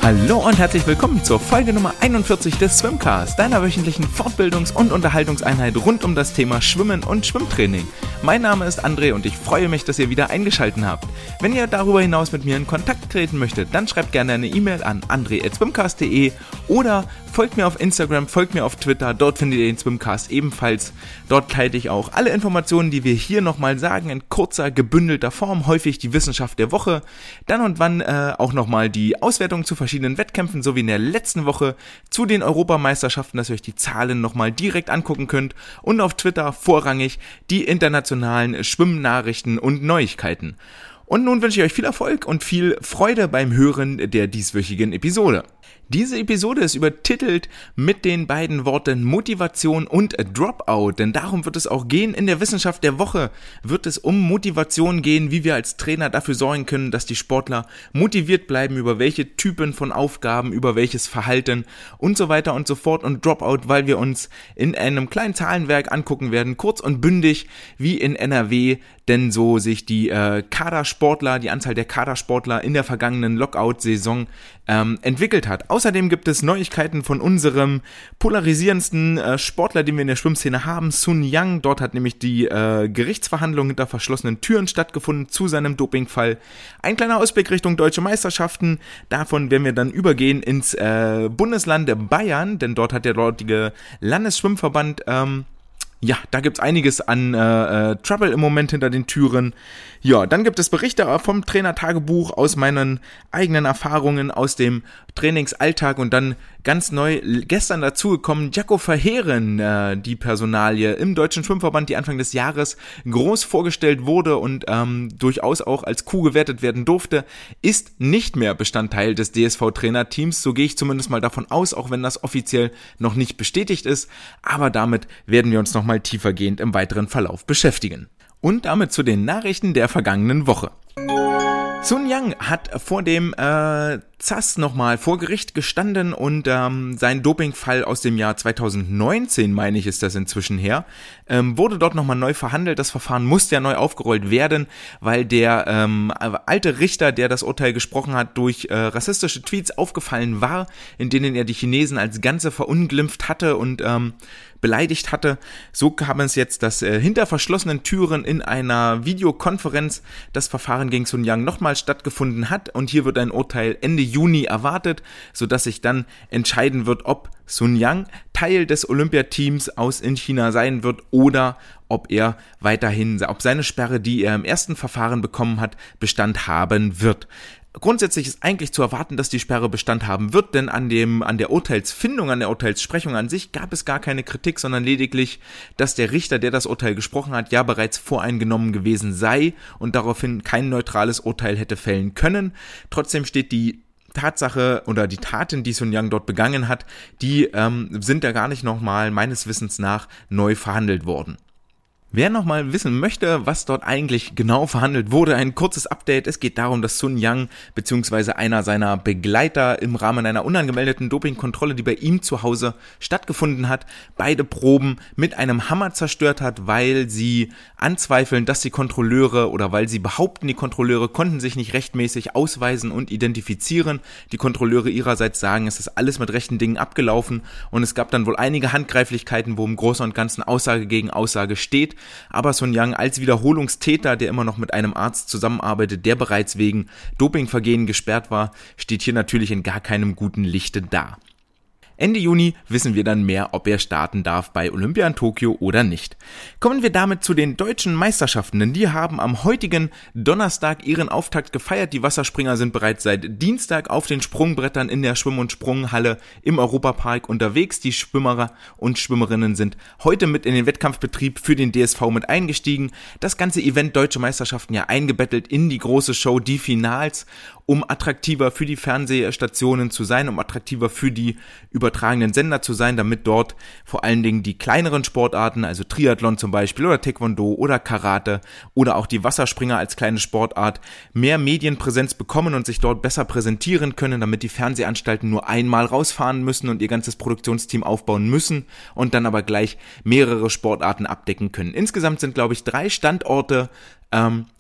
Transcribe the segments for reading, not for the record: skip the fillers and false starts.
Hallo und herzlich willkommen zur Folge Nummer 41 des Swimcast, deiner wöchentlichen Fortbildungs- und Unterhaltungseinheit rund um das Thema Schwimmen und Schwimmtraining. Mein Name ist André und ich freue mich, dass ihr wieder eingeschaltet habt. Wenn ihr darüber hinaus mit mir in Kontakt treten möchtet, dann schreibt gerne eine E-Mail an andre@swimcast.de oder folgt mir auf Instagram, folgt mir auf Twitter, dort findet ihr den Swimcast ebenfalls. Dort teile ich auch alle Informationen, die wir hier nochmal sagen, in kurzer, gebündelter Form, häufig die Wissenschaft der Woche, dann und wann auch nochmal die Auswertung zu verschiedenen Wettkämpfen, so wie in der letzten Woche zu den Europameisterschaften, dass ihr euch die Zahlen nochmal direkt angucken könnt und auf Twitter vorrangig die internationalen Schwimmnachrichten und Neuigkeiten. Und nun wünsche ich euch viel Erfolg und viel Freude beim Hören der dieswöchigen Episode. Diese Episode ist übertitelt mit den beiden Worten Motivation und Dropout, denn darum wird es auch gehen. In der Wissenschaft der Woche wird es um Motivation gehen, wie wir als Trainer dafür sorgen können, dass die Sportler motiviert bleiben, über welche Typen von Aufgaben, über welches Verhalten und so weiter und so fort, und Dropout, weil wir uns in einem kleinen Zahlenwerk angucken werden, kurz und bündig, wie in NRW denn so sich die Kadersportler, die Anzahl der Kadersportler in der vergangenen Lockout-Saison entwickelt hat. Außerdem gibt es Neuigkeiten von unserem polarisierendsten Sportler, den wir in der Schwimmszene haben, Sun Yang. Dort hat nämlich die Gerichtsverhandlung hinter verschlossenen Türen stattgefunden zu seinem Dopingfall. Ein kleiner Ausblick Richtung Deutsche Meisterschaften. Davon werden wir dann übergehen ins Bundesland Bayern, denn dort hat der dortige Landesschwimmverband ja, da gibt's einiges an Trouble im Moment hinter den Türen. Ja, dann gibt es Berichte vom Trainertagebuch aus meinen eigenen Erfahrungen aus dem Trainingsalltag und dann ganz neu gestern dazugekommen Jaco Verheeren, die Personalie im Deutschen Schwimmverband, die Anfang des Jahres groß vorgestellt wurde und durchaus auch als Coup gewertet werden durfte, ist nicht mehr Bestandteil des DSV-Trainerteams. So gehe ich zumindest mal davon aus, auch wenn das offiziell noch nicht bestätigt ist. Aber damit werden wir uns nochmal tiefergehend im weiteren Verlauf beschäftigen. Und damit zu den Nachrichten der vergangenen Woche. Sun Yang hat vor dem ZAS nochmal vor Gericht gestanden und sein Dopingfall aus dem Jahr 2019, meine ich, ist das inzwischen her, wurde dort nochmal neu verhandelt. Das Verfahren musste ja neu aufgerollt werden, weil der alte Richter, der das Urteil gesprochen hat, durch rassistische Tweets aufgefallen war, in denen er die Chinesen als Ganze verunglimpft hatte und beleidigt hatte. So kam es jetzt, dass hinter verschlossenen Türen in einer Videokonferenz das Verfahren gegen Sun Yang nochmal stattgefunden hat und hier wird ein Urteil Ende Juni erwartet, sodass sich dann entscheiden wird, ob Sun Yang Teil des Olympiateams in China sein wird oder ob er weiterhin, ob seine Sperre, die er im ersten Verfahren bekommen hat, Bestand haben wird. Grundsätzlich ist eigentlich zu erwarten, dass die Sperre Bestand haben wird, denn an der Urteilsfindung, an der Urteilssprechung an sich gab es gar keine Kritik, sondern lediglich, dass der Richter, der das Urteil gesprochen hat, ja bereits voreingenommen gewesen sei und daraufhin kein neutrales Urteil hätte fällen können. Trotzdem steht die Tatsache oder die Taten, die Sun Yang dort begangen hat, die sind da gar nicht nochmal meines Wissens nach neu verhandelt worden. Wer nochmal wissen möchte, was dort eigentlich genau verhandelt wurde, ein kurzes Update. Es geht darum, dass Sun Yang bzw. einer seiner Begleiter im Rahmen einer unangemeldeten Dopingkontrolle, die bei ihm zu Hause stattgefunden hat, beide Proben mit einem Hammer zerstört hat, weil sie anzweifeln, dass die Kontrolleure oder weil sie behaupten, die Kontrolleure konnten sich nicht rechtmäßig ausweisen und identifizieren. Die Kontrolleure ihrerseits sagen, es ist alles mit rechten Dingen abgelaufen und es gab dann wohl einige Handgreiflichkeiten, wo im Großen und Ganzen Aussage gegen Aussage steht. Aber Sun Yang als Wiederholungstäter, der immer noch mit einem Arzt zusammenarbeitet, der bereits wegen Dopingvergehen gesperrt war, steht hier natürlich in gar keinem guten Lichte da. Ende Juni wissen wir dann mehr, ob er starten darf bei Olympia in Tokio oder nicht. Kommen wir damit zu den deutschen Meisterschaften, denn die haben am heutigen Donnerstag ihren Auftakt gefeiert. Die Wasserspringer sind bereits seit Dienstag auf den Sprungbrettern in der Schwimm- und Sprunghalle im Europapark unterwegs. Die Schwimmer und Schwimmerinnen sind heute mit in den Wettkampfbetrieb für den DSV mit eingestiegen. Das ganze Event Deutsche Meisterschaften ja eingebettet in die große Show, die Finals, um attraktiver für die Fernsehstationen zu sein, um attraktiver für die übertragenen Sender zu sein, damit dort vor allen Dingen die kleineren Sportarten, also Triathlon zum Beispiel oder Taekwondo oder Karate oder auch die Wasserspringer als kleine Sportart mehr Medienpräsenz bekommen und sich dort besser präsentieren können, damit die Fernsehanstalten nur einmal rausfahren müssen und ihr ganzes Produktionsteam aufbauen müssen und dann aber gleich mehrere Sportarten abdecken können. Insgesamt sind, glaube ich, 3 Standorte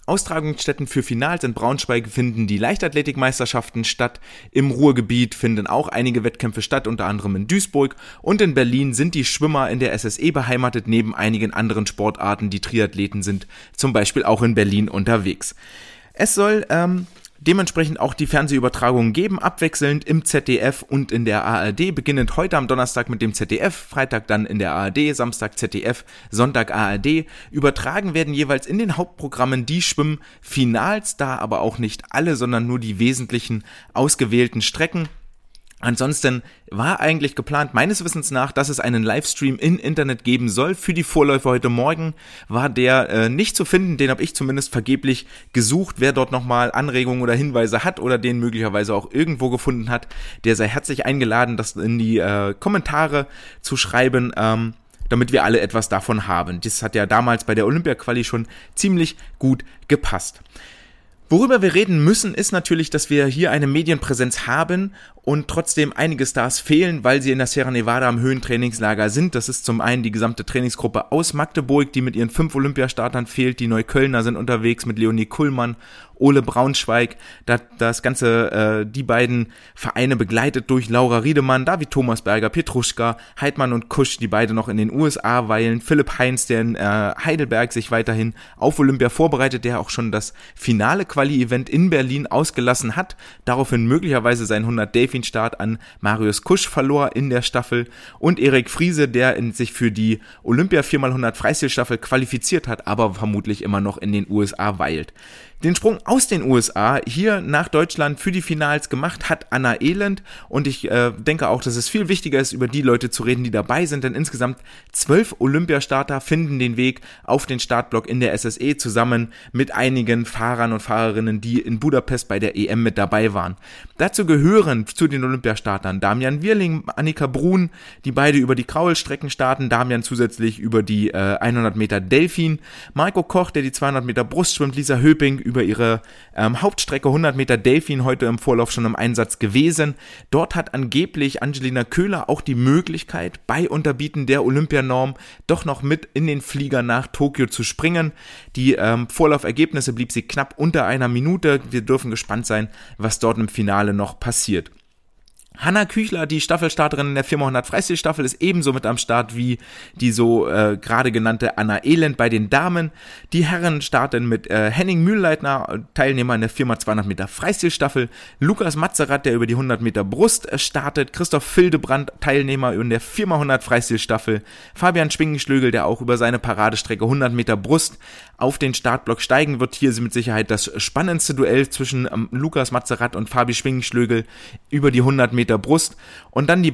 Austragungsstätten für Finals in Braunschweig finden die Leichtathletikmeisterschaften statt. Im Ruhrgebiet finden auch einige Wettkämpfe statt, unter anderem in Duisburg. Und in Berlin sind die Schwimmer in der SSE beheimatet, neben einigen anderen Sportarten. Die Triathleten sind zum Beispiel auch in Berlin unterwegs. Es soll dementsprechend auch die Fernsehübertragungen geben, abwechselnd im ZDF und in der ARD, beginnend heute am Donnerstag mit dem ZDF, Freitag dann in der ARD, Samstag ZDF, Sonntag ARD. Übertragen werden jeweils in den Hauptprogrammen die Schwimmfinals, da aber auch nicht alle, sondern nur die wesentlichen ausgewählten Strecken. Ansonsten war eigentlich geplant, meines Wissens nach, dass es einen Livestream im Internet geben soll. Für die Vorläufer heute Morgen war der nicht zu finden, den habe ich zumindest vergeblich gesucht. Wer dort nochmal Anregungen oder Hinweise hat oder den möglicherweise auch irgendwo gefunden hat, der sei herzlich eingeladen, das in die Kommentare zu schreiben, damit wir alle etwas davon haben. Das hat ja damals bei der Olympia-Quali schon ziemlich gut gepasst. Worüber wir reden müssen, ist natürlich, dass wir hier eine Medienpräsenz haben und trotzdem einige Stars fehlen, weil sie in der Sierra Nevada am Höhentrainingslager sind. Das ist zum einen die gesamte Trainingsgruppe aus Magdeburg, die mit ihren 5 Olympiastartern fehlt. Die Neuköllner sind unterwegs mit Leonie Kullmann, Ole Braunschweig. Das Ganze, die beiden Vereine begleitet durch Laura Riedemann, David Thomasberger, Petruschka, Heidmann und Kusch, die beide noch in den USA weilen. Philipp Heinz, der in Heidelberg sich weiterhin auf Olympia vorbereitet, der auch schon das finale Quali-Event in Berlin ausgelassen hat, daraufhin möglicherweise seinen 100-Delfin-Start an Marius Kusch verlor in der Staffel, und Erik Friese, der sich für die Olympia 4x100 Freistilstaffel qualifiziert hat, aber vermutlich immer noch in den USA weilt. Den Sprung aus den USA hier nach Deutschland für die Finals gemacht hat Anna Elend, und ich denke auch, dass es viel wichtiger ist, über die Leute zu reden, die dabei sind, denn insgesamt 12 Olympiastarter finden den Weg auf den Startblock in der SSE zusammen mit einigen Fahrern und Fahrerinnen, die in Budapest bei der EM mit dabei waren. Dazu gehören zu den Olympiastartern Damian Wirling, Annika Brun, die beide über die Kraulstrecken starten, Damian zusätzlich über die 100 Meter Delfin, Marco Koch, der die 200 Meter Brust schwimmt, Lisa Höping über ihre Hauptstrecke 100 Meter Delfin heute im Vorlauf schon im Einsatz gewesen. Dort hat angeblich Angelina Köhler auch die Möglichkeit, bei Unterbieten der Olympianorm doch noch mit in den Flieger nach Tokio zu springen. Die Vorlaufergebnisse blieb sie knapp unter einer Minute. Wir dürfen gespannt sein, was dort im Finale noch passiert. Hanna Küchler, die Staffelstarterin in der 4x100 Freistilstaffel, ist ebenso mit am Start wie die so gerade genannte Anna Elend bei den Damen. Die Herren starten mit Henning Mühlleitner, Teilnehmer in der 4x200 Meter Freistilstaffel, Lukas Matzerath, der über die 100 Meter Brust startet, Christoph Fildebrand, Teilnehmer in der 4x100 Freistilstaffel, Fabian Schwingenschlögel, der auch über seine Paradestrecke 100 Meter Brust auf den Startblock steigen wird. Hier ist mit Sicherheit das spannendste Duell zwischen Lukas Matzerath und Fabi Schwingenschlögel über die 100 Meter Brust, und dann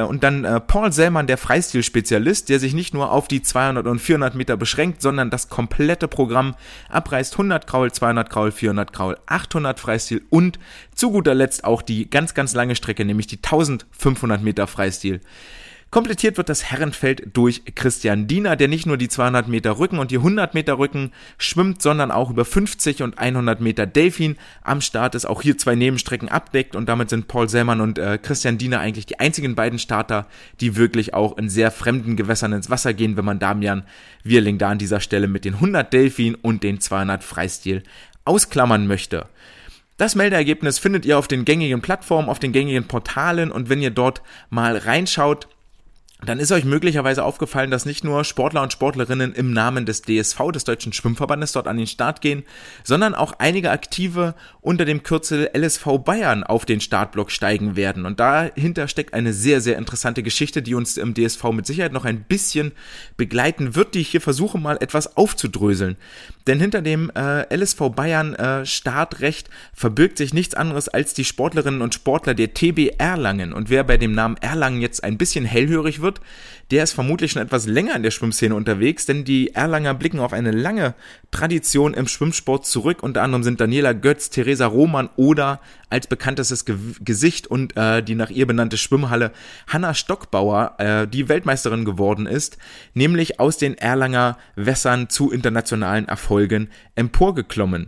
Paul Sellmann, der Freistil-Spezialist, der sich nicht nur auf die 200 und 400 Meter beschränkt, sondern das komplette Programm abreißt: 100 Kraul, 200 Kraul, 400 Kraul, 800 Freistil und zu guter Letzt auch die ganz, ganz lange Strecke, nämlich die 1500 Meter Freistil. Komplettiert wird das Herrenfeld durch Christian Diener, der nicht nur die 200 Meter Rücken und die 100 Meter Rücken schwimmt, sondern auch über 50 und 100 Meter Delfin am Start ist, auch hier 2 Nebenstrecken abdeckt, und damit sind Paul Sellmann und Christian Diener eigentlich die einzigen beiden Starter, die wirklich auch in sehr fremden Gewässern ins Wasser gehen, wenn man Damian Wirling da an dieser Stelle mit den 100 Delfin und den 200 Freistil ausklammern möchte. Das Meldeergebnis findet ihr auf den gängigen Plattformen, auf den gängigen Portalen, und wenn ihr dort mal reinschaut, dann ist euch möglicherweise aufgefallen, dass nicht nur Sportler und Sportlerinnen im Namen des DSV, des Deutschen Schwimmverbandes, dort an den Start gehen, sondern auch einige Aktive unter dem Kürzel LSV Bayern auf den Startblock steigen werden. Und dahinter steckt eine sehr, sehr interessante Geschichte, die uns im DSV mit Sicherheit noch ein bisschen begleiten wird, die ich hier versuche mal etwas aufzudröseln. Denn hinter dem LSV Bayern Startrecht verbirgt sich nichts anderes als die Sportlerinnen und Sportler der TB Erlangen. Und wer bei dem Namen Erlangen jetzt ein bisschen hellhörig wird, der ist vermutlich schon etwas länger in der Schwimmszene unterwegs, denn die Erlanger blicken auf eine lange Tradition im Schwimmsport zurück. Unter anderem sind Daniela Götz, Theresa Roman oder als bekanntestes Gesicht und die nach ihr benannte Schwimmhalle Hanna Stockbauer, die Weltmeisterin geworden ist, nämlich aus den Erlanger Wässern zu internationalen Erfolgen emporgeklommen.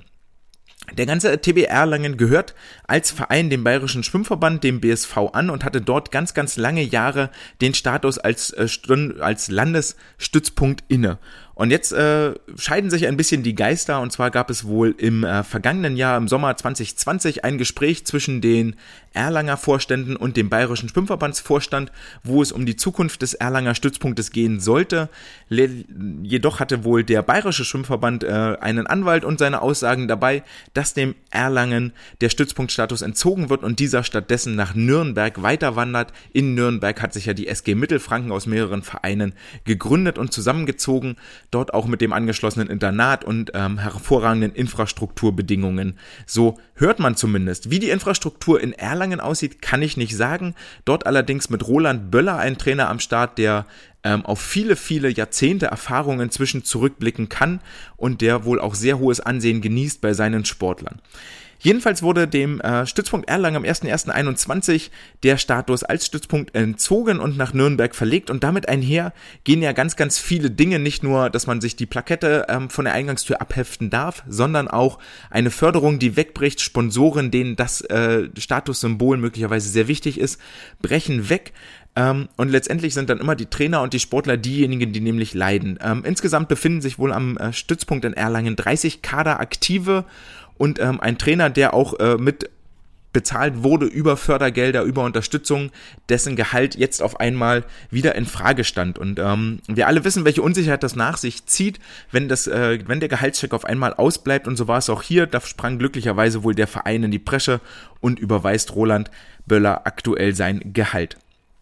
Der ganze TB Erlangen gehört als Verein dem Bayerischen Schwimmverband, dem BSV, an und hatte dort ganz, ganz lange Jahre den Status als Landesstützpunkt inne. Und jetzt scheiden sich ein bisschen die Geister, und zwar gab es wohl im vergangenen Jahr, im Sommer 2020, ein Gespräch zwischen den Erlanger Vorständen und dem Bayerischen Schwimmverbandsvorstand, wo es um die Zukunft des Erlanger Stützpunktes gehen sollte. Jedoch hatte wohl der Bayerische Schwimmverband einen Anwalt und seine Aussagen dabei, dass dem Erlangen der Stützpunktstatus entzogen wird und dieser stattdessen nach Nürnberg weiterwandert. In Nürnberg hat sich ja die SG Mittelfranken aus mehreren Vereinen gegründet und zusammengezogen, dort auch mit dem angeschlossenen Internat und hervorragenden Infrastrukturbedingungen. So hört man zumindest. Wie die Infrastruktur in Erlangen aussieht, kann ich nicht sagen. Dort allerdings mit Roland Böller, ein Trainer am Start, der auf viele, viele Jahrzehnte Erfahrung inzwischen zurückblicken kann und der wohl auch sehr hohes Ansehen genießt bei seinen Sportlern. Jedenfalls wurde dem Stützpunkt Erlangen am 01.01.21 der Status als Stützpunkt entzogen und nach Nürnberg verlegt, und damit einher gehen ja ganz, ganz viele Dinge, nicht nur, dass man sich die Plakette von der Eingangstür abheften darf, sondern auch eine Förderung, die wegbricht. Sponsoren, denen das Statussymbol möglicherweise sehr wichtig ist, brechen weg. Und letztendlich sind dann immer die Trainer und die Sportler diejenigen, die nämlich leiden. Insgesamt befinden sich wohl am Stützpunkt in Erlangen 30 Kaderaktive und ein Trainer, der auch mit bezahlt wurde über Fördergelder, über Unterstützung, dessen Gehalt jetzt auf einmal wieder in Frage stand. Und wir alle wissen, welche Unsicherheit das nach sich zieht, wenn der Gehaltscheck auf einmal ausbleibt. Und so war es auch hier. Da sprang glücklicherweise wohl der Verein in die Bresche und überweist Roland Böller aktuell sein Gehalt.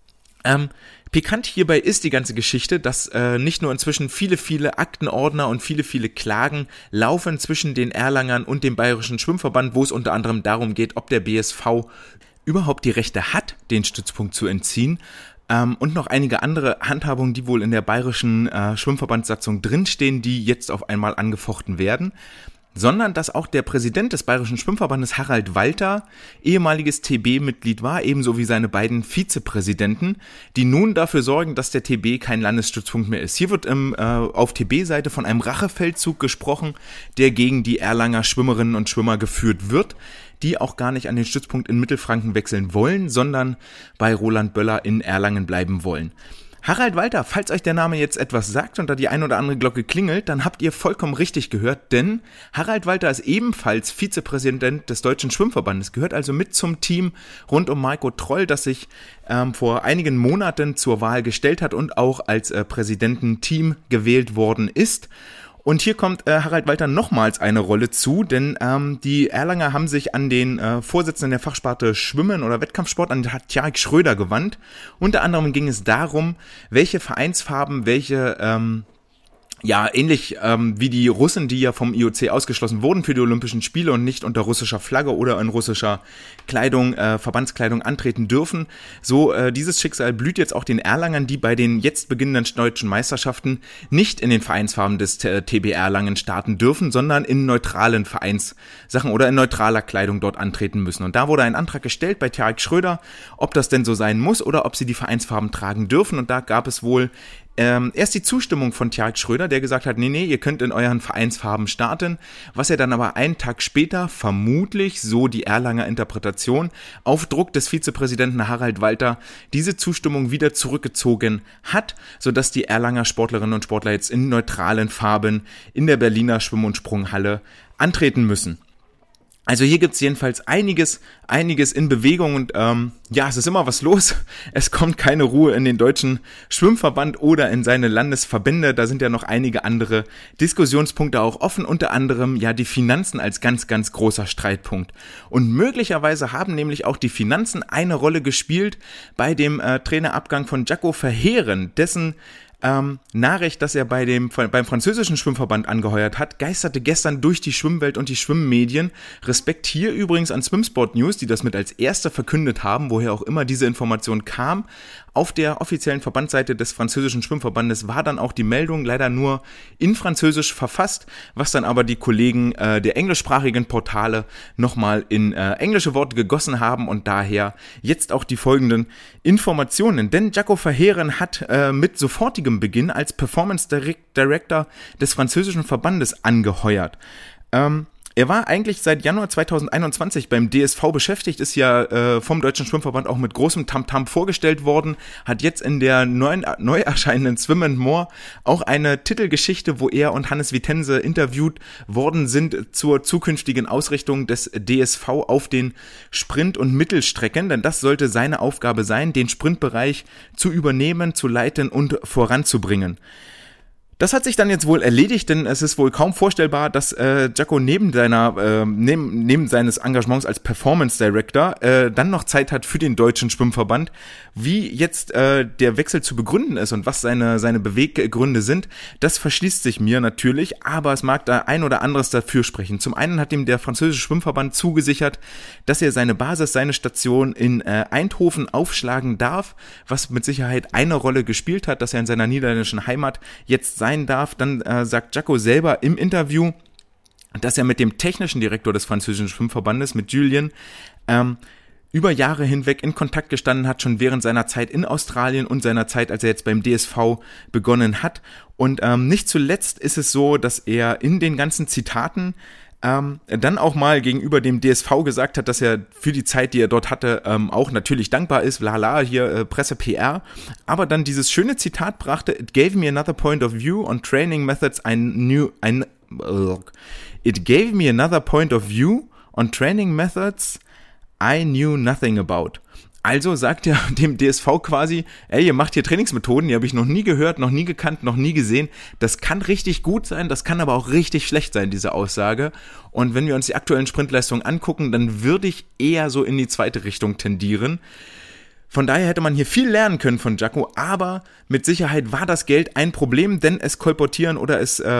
Pikant hierbei ist die ganze Geschichte, dass nicht nur inzwischen viele, viele Aktenordner und viele, viele Klagen laufen zwischen den Erlangern und dem Bayerischen Schwimmverband, wo es unter anderem darum geht, ob der BSV überhaupt die Rechte hat, den Stützpunkt zu entziehen, und noch einige andere Handhabungen, die wohl in der Bayerischen Schwimmverbandssatzung drinstehen, die jetzt auf einmal angefochten werden. Sondern dass auch der Präsident des Bayerischen Schwimmverbandes, Harald Walter, ehemaliges TB-Mitglied war, ebenso wie seine beiden Vizepräsidenten, die nun dafür sorgen, dass der TB kein Landesstützpunkt mehr ist. Hier wird auf TB-Seite von einem Rachefeldzug gesprochen, der gegen die Erlanger Schwimmerinnen und Schwimmer geführt wird, die auch gar nicht an den Stützpunkt in Mittelfranken wechseln wollen, sondern bei Roland Böller in Erlangen bleiben wollen. Harald Walter, falls euch der Name jetzt etwas sagt und da die ein oder andere Glocke klingelt, dann habt ihr vollkommen richtig gehört, denn Harald Walter ist ebenfalls Vizepräsident des Deutschen Schwimmverbandes, gehört also mit zum Team rund um Marco Troll, das sich vor einigen Monaten zur Wahl gestellt hat und auch als Präsidententeam gewählt worden ist. Und hier kommt Harald Walter nochmals eine Rolle zu, denn die Erlanger haben sich an den Vorsitzenden der Fachsparte Schwimmen oder Wettkampfsport, an Tjarek Schröder, gewandt. Unter anderem ging es darum, welche Vereinsfarben, welche ähnlich wie die Russen, die ja vom IOC ausgeschlossen wurden für die Olympischen Spiele und nicht unter russischer Flagge oder in russischer Kleidung, Verbandskleidung antreten dürfen. So dieses Schicksal blüht jetzt auch den Erlangern, die bei den jetzt beginnenden deutschen Meisterschaften nicht in den Vereinsfarben des TB Erlangen starten dürfen, sondern in neutralen Vereinssachen oder in neutraler Kleidung dort antreten müssen. Und da wurde ein Antrag gestellt bei Tjarek Schröder, ob das denn so sein muss oder ob sie die Vereinsfarben tragen dürfen. Und da gab es wohl erst die Zustimmung von Tjarek Schröder, der gesagt hat, nee, ihr könnt in euren Vereinsfarben starten, was er dann aber einen Tag später, vermutlich, so die Erlanger Interpretation, auf Druck des Vizepräsidenten Harald Walter diese Zustimmung wieder zurückgezogen hat, sodass die Erlanger Sportlerinnen und Sportler jetzt in neutralen Farben in der Berliner Schwimm- und Sprunghalle antreten müssen. Also hier gibt's jedenfalls einiges in Bewegung und es ist immer was los. Es kommt keine Ruhe in den Deutschen Schwimmverband oder in seine Landesverbände. Da sind ja noch einige andere Diskussionspunkte auch offen, unter anderem ja die Finanzen als ganz, ganz großer Streitpunkt. Und möglicherweise haben nämlich auch die Finanzen eine Rolle gespielt bei dem Trainerabgang von Jaco Verheeren, dessen Nachricht, dass er beim französischen Schwimmverband angeheuert hat, geisterte gestern durch die Schwimmwelt und die Schwimmmedien. Respekt hier übrigens an Swimsport News, die das mit als erste verkündet haben, woher auch immer diese Information kam. Auf der offiziellen Verbandsseite des französischen Schwimmverbandes war dann auch die Meldung leider nur in Französisch verfasst, was dann aber die Kollegen der englischsprachigen Portale nochmal in englische Worte gegossen haben und daher jetzt auch die folgenden Informationen. Denn Jaco Verheeren hat mit sofortigem Beginn als Performance Director des französischen Verbandes angeheuert. Er war eigentlich seit Januar 2021 beim DSV beschäftigt, ist ja vom Deutschen Schwimmverband auch mit großem Tamtam vorgestellt worden, hat jetzt in der neu erscheinenden Swim and More auch eine Titelgeschichte, wo er und Hannes Vitense interviewt worden sind zur zukünftigen Ausrichtung des DSV auf den Sprint- und Mittelstrecken, denn das sollte seine Aufgabe sein, den Sprintbereich zu übernehmen, zu leiten und voranzubringen. Das hat sich dann jetzt wohl erledigt, denn es ist wohl kaum vorstellbar, dass Jacko neben seines Engagements als Performance Director dann noch Zeit hat für den Deutschen Schwimmverband. Wie jetzt der Wechsel zu begründen ist und was seine Beweggründe sind, das verschließt sich mir natürlich, aber es mag da ein oder anderes dafür sprechen. Zum einen hat ihm der französische Schwimmverband zugesichert, dass er seine Basis, seine Station in Eindhoven aufschlagen darf, was mit Sicherheit eine Rolle gespielt hat, dass er in seiner niederländischen Heimat jetzt sein darf. Dann sagt Jacko selber im Interview, dass er mit dem technischen Direktor des französischen Schwimmverbandes, mit Julien, über Jahre hinweg in Kontakt gestanden hat, schon während seiner Zeit in Australien und seiner Zeit, als er jetzt beim DSV begonnen hat. Und nicht zuletzt ist es so, dass er in den ganzen Zitaten dann auch mal gegenüber dem DSV gesagt hat, dass er für die Zeit, die er dort hatte, auch natürlich dankbar ist, hier Presse PR, aber dann dieses schöne Zitat brachte: It gave me another point of view on training methods I knew nothing about. Also sagt er dem DSV quasi, ihr macht hier Trainingsmethoden, die habe ich noch nie gehört, noch nie gekannt, noch nie gesehen. Das kann richtig gut sein, das kann aber auch richtig schlecht sein, diese Aussage. Und wenn wir uns die aktuellen Sprintleistungen angucken, dann würde ich eher so in die zweite Richtung tendieren. Von daher hätte man hier viel lernen können von Jacko, aber mit Sicherheit war das Geld ein Problem, denn es kolportieren oder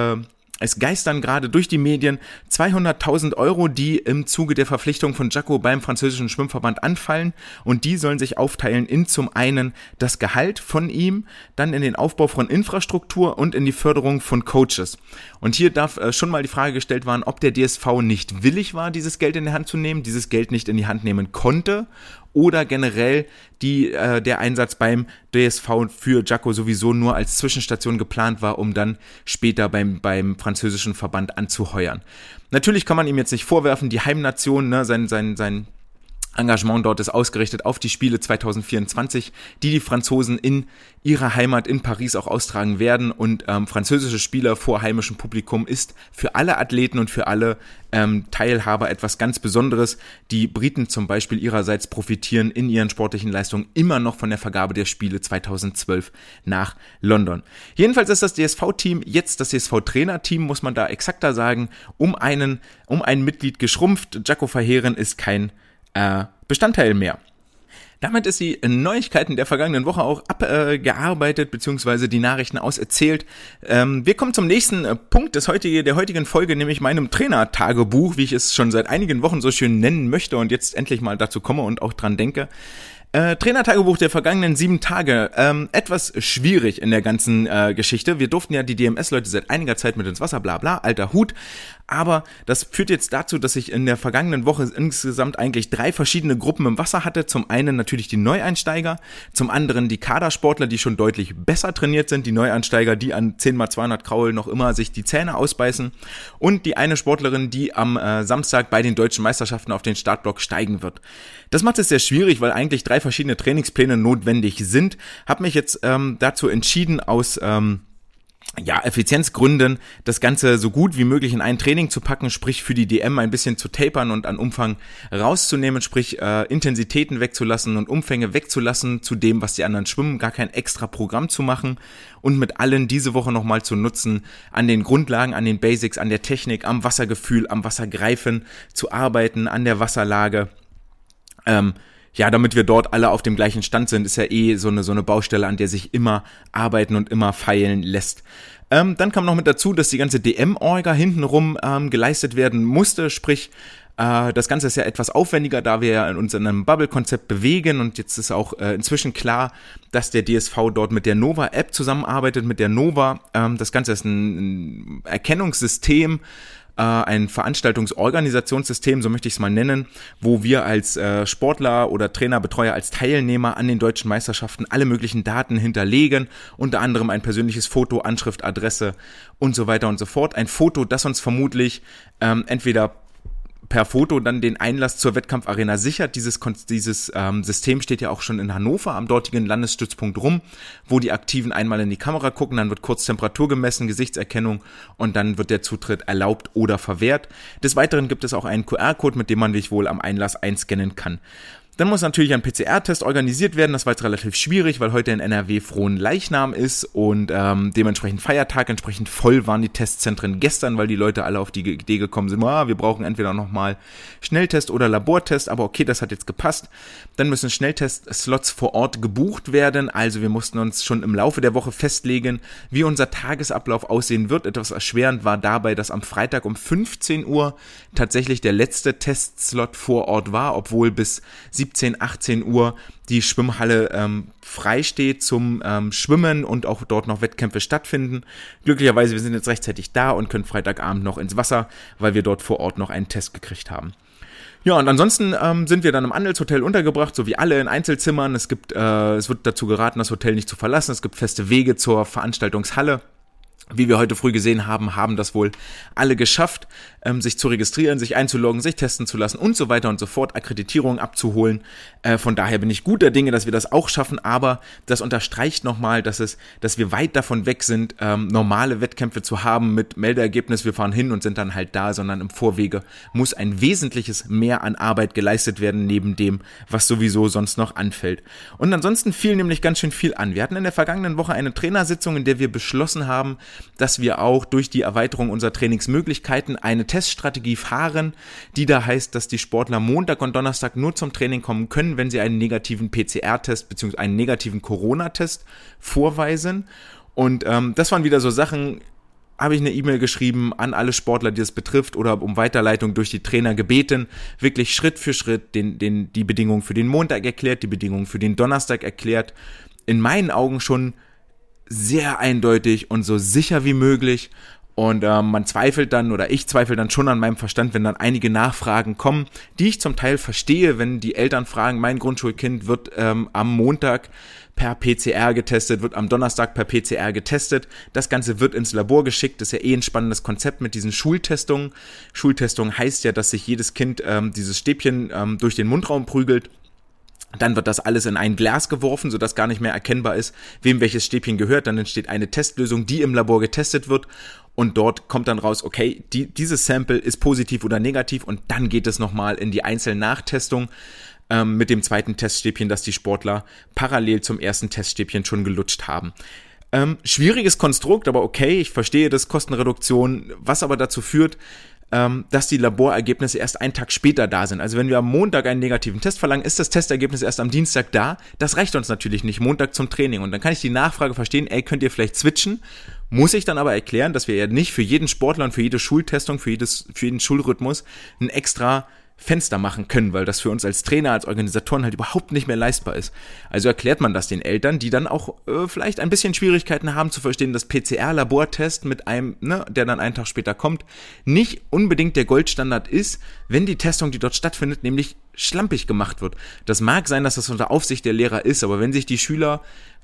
es geistern gerade durch die Medien 200.000 Euro, die im Zuge der Verpflichtung von Jacko beim französischen Schwimmverband anfallen, und die sollen sich aufteilen in zum einen das Gehalt von ihm, dann in den Aufbau von Infrastruktur und in die Förderung von Coaches. Und hier darf schon mal die Frage gestellt werden, ob der DSV nicht willig war, dieses Geld in die Hand zu nehmen, dieses Geld nicht in die Hand nehmen konnte, oder generell der Einsatz beim DSV für Jacko sowieso nur als Zwischenstation geplant war, um dann später beim französischen Verband anzuheuern. Natürlich kann man ihm jetzt nicht vorwerfen, die Heimnation, ne, sein Engagement dort ist ausgerichtet auf die Spiele 2024, die Franzosen in ihrer Heimat in Paris auch austragen werden, und französische Spieler vor heimischem Publikum ist für alle Athleten und für alle Teilhaber etwas ganz Besonderes. Die Briten zum Beispiel ihrerseits profitieren in ihren sportlichen Leistungen immer noch von der Vergabe der Spiele 2012 nach London. Jedenfalls ist das DSV-Team jetzt das DSV-Trainerteam, muss man da exakter sagen, um ein Mitglied geschrumpft. Jacko Verheeren ist kein Bestandteil mehr. Damit ist die Neuigkeiten der vergangenen Woche auch abgearbeitet, beziehungsweise die Nachrichten auserzählt. Wir kommen zum nächsten Punkt der heutigen Folge, nämlich meinem Trainertagebuch, wie ich es schon seit einigen Wochen so schön nennen möchte und jetzt endlich mal dazu komme und auch dran denke. Trainertagebuch der vergangenen 7 Tage, etwas schwierig in der ganzen Geschichte. Wir durften ja die DMS-Leute seit einiger Zeit mit ins Wasser, bla bla, alter Hut. Aber das führt jetzt dazu, dass ich in der vergangenen Woche insgesamt eigentlich 3 verschiedene Gruppen im Wasser hatte. Zum einen natürlich die Neueinsteiger, zum anderen die Kadersportler, die schon deutlich besser trainiert sind, die Neueinsteiger, die an 10x200 Kraul noch immer sich die Zähne ausbeißen, und die eine Sportlerin, die am Samstag bei den deutschen Meisterschaften auf den Startblock steigen wird. Das macht es sehr schwierig, weil eigentlich 3 verschiedene Trainingspläne notwendig sind. Habe mich jetzt dazu entschieden, aus Effizienzgründen das Ganze so gut wie möglich in ein Training zu packen, sprich für die DM ein bisschen zu tapern und an Umfang rauszunehmen, sprich Intensitäten wegzulassen und Umfänge wegzulassen zu dem, was die anderen schwimmen, gar kein extra Programm zu machen und mit allen diese Woche nochmal zu nutzen, an den Grundlagen, an den Basics, an der Technik, am Wassergefühl, am Wassergreifen zu arbeiten, an der Wasserlage. Damit wir dort alle auf dem gleichen Stand sind, ist ja so eine Baustelle, an der sich immer arbeiten und immer feilen lässt. Dann kam noch mit dazu, dass die ganze DM-Orga hintenrum geleistet werden musste, sprich, das Ganze ist ja etwas aufwendiger, da wir uns in einem Bubble-Konzept bewegen, und jetzt ist auch inzwischen klar, dass der DSV dort mit der Nova-App zusammenarbeitet, mit der Nova. Das Ganze ist ein Erkennungssystem, ein Veranstaltungsorganisationssystem, so möchte ich es mal nennen, wo wir als Sportler oder Trainer, Betreuer, als Teilnehmer an den deutschen Meisterschaften alle möglichen Daten hinterlegen, unter anderem ein persönliches Foto, Anschrift, Adresse und so weiter und so fort. Ein Foto, das uns vermutlich entweder per Foto dann den Einlass zur Wettkampfarena sichert. Dieses System steht ja auch schon in Hannover am dortigen Landesstützpunkt rum, wo die Aktiven einmal in die Kamera gucken, dann wird kurz Temperatur gemessen, Gesichtserkennung und dann wird der Zutritt erlaubt oder verwehrt. Des Weiteren gibt es auch einen QR-Code, mit dem man sich wohl am Einlass einscannen kann. Dann muss natürlich ein PCR-Test organisiert werden, das war jetzt relativ schwierig, weil heute in NRW Fronleichnam ist und dementsprechend Feiertag, entsprechend voll waren die Testzentren gestern, weil die Leute alle auf die Idee gekommen sind, wir brauchen entweder nochmal Schnelltest oder Labortest, aber okay, das hat jetzt gepasst. Dann müssen Schnelltest-Slots vor Ort gebucht werden, also wir mussten uns schon im Laufe der Woche festlegen, wie unser Tagesablauf aussehen wird. Etwas erschwerend war dabei, dass am Freitag um 15 Uhr tatsächlich der letzte Testslot vor Ort war, obwohl bis 17, 18 Uhr die Schwimmhalle frei steht zum Schwimmen und auch dort noch Wettkämpfe stattfinden. Glücklicherweise, wir sind jetzt rechtzeitig da und können Freitagabend noch ins Wasser, weil wir dort vor Ort noch einen Test gekriegt haben. Ja, und ansonsten sind wir dann im Andelshotel untergebracht, so wie alle in Einzelzimmern. Es wird dazu geraten, das Hotel nicht zu verlassen. Es gibt feste Wege zur Veranstaltungshalle. Wie wir heute früh gesehen haben, haben das wohl alle geschafft, sich zu registrieren, sich einzuloggen, sich testen zu lassen und so weiter und so fort, Akkreditierung abzuholen. Von daher bin ich guter Dinge, dass wir das auch schaffen, aber das unterstreicht nochmal, dass wir weit davon weg sind, normale Wettkämpfe zu haben mit Meldeergebnis, wir fahren hin und sind dann halt da, sondern im Vorwege muss ein wesentliches Mehr an Arbeit geleistet werden, neben dem, was sowieso sonst noch anfällt. Und ansonsten fiel nämlich ganz schön viel an. Wir hatten in der vergangenen Woche eine Trainersitzung, in der wir beschlossen haben, dass wir auch durch die Erweiterung unserer Trainingsmöglichkeiten eine Teststrategie fahren, die da heißt, dass die Sportler Montag und Donnerstag nur zum Training kommen können, wenn sie einen negativen PCR-Test bzw. einen negativen Corona-Test vorweisen. Und das waren wieder so Sachen, habe ich eine E-Mail geschrieben an alle Sportler, die es betrifft, oder um Weiterleitung durch die Trainer gebeten, wirklich Schritt für Schritt die Bedingungen für den Montag erklärt, die Bedingungen für den Donnerstag erklärt. In meinen Augen schon sehr eindeutig und so sicher wie möglich. Und man zweifelt dann, oder ich zweifle dann schon an meinem Verstand, wenn dann einige Nachfragen kommen, die ich zum Teil verstehe, wenn die Eltern fragen, mein Grundschulkind wird am Montag per PCR getestet, wird am Donnerstag per PCR getestet. Das Ganze wird ins Labor geschickt. Das ist ja ein spannendes Konzept mit diesen Schultestungen. Schultestung heißt ja, dass sich jedes Kind dieses Stäbchen durch den Mundraum prügelt. Dann wird das alles in ein Glas geworfen, sodass gar nicht mehr erkennbar ist, wem welches Stäbchen gehört. Dann entsteht eine Testlösung, die im Labor getestet wird. Und dort kommt dann raus, okay, dieses Sample ist positiv oder negativ. Und dann geht es nochmal in die Einzelnnachtestung mit dem zweiten Teststäbchen, das die Sportler parallel zum ersten Teststäbchen schon gelutscht haben. Schwieriges Konstrukt, aber okay, ich verstehe das, Kostenreduktion, was aber dazu führt, dass die Laborergebnisse erst einen Tag später da sind. Also wenn wir am Montag einen negativen Test verlangen, ist das Testergebnis erst am Dienstag da. Das reicht uns natürlich nicht, Montag zum Training. Und dann kann ich die Nachfrage verstehen, könnt ihr vielleicht switchen? Muss ich dann aber erklären, dass wir ja nicht für jeden Sportler und für jede Schultestung, für jeden Schulrhythmus ein extra Fenster machen können, weil das für uns als Trainer, als Organisatoren halt überhaupt nicht mehr leistbar ist. Also erklärt man das den Eltern, die dann auch vielleicht ein bisschen Schwierigkeiten haben zu verstehen, dass PCR-Labortest mit einem, der dann einen Tag später kommt, nicht unbedingt der Goldstandard ist, wenn die Testung, die dort stattfindet, nämlich schlampig gemacht wird. Das mag sein, dass das unter Aufsicht der Lehrer ist, aber wenn sich die Schüler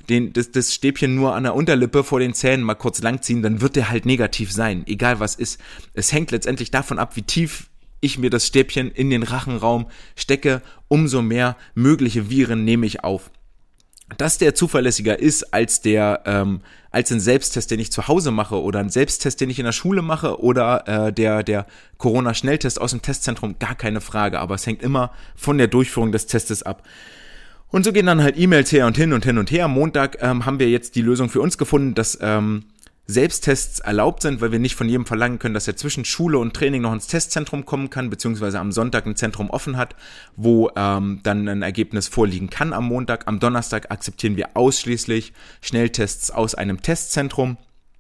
das Stäbchen nur an der Unterlippe vor den Zähnen mal kurz langziehen, dann wird der halt negativ sein, egal was ist. Es hängt letztendlich davon ab, wie tief ich mir das Stäbchen in den Rachenraum stecke, umso mehr mögliche Viren nehme ich auf. Dass der zuverlässiger ist als ein Selbsttest, den ich zu Hause mache, oder ein Selbsttest, den ich in der Schule mache, oder der Corona-Schnelltest aus dem Testzentrum, gar keine Frage, aber es hängt immer von der Durchführung des Testes ab. Und so gehen dann halt E-Mails her und hin und hin und her. Am Montag haben wir jetzt die Lösung für uns gefunden, dass Selbsttests erlaubt sind, weil wir nicht von jedem verlangen können, dass er zwischen Schule und Training noch ins Testzentrum kommen kann, beziehungsweise am Sonntag ein Zentrum offen hat, wo dann ein Ergebnis vorliegen kann am Montag. Am Donnerstag akzeptieren wir ausschließlich Schnelltests aus einem Testzentrum.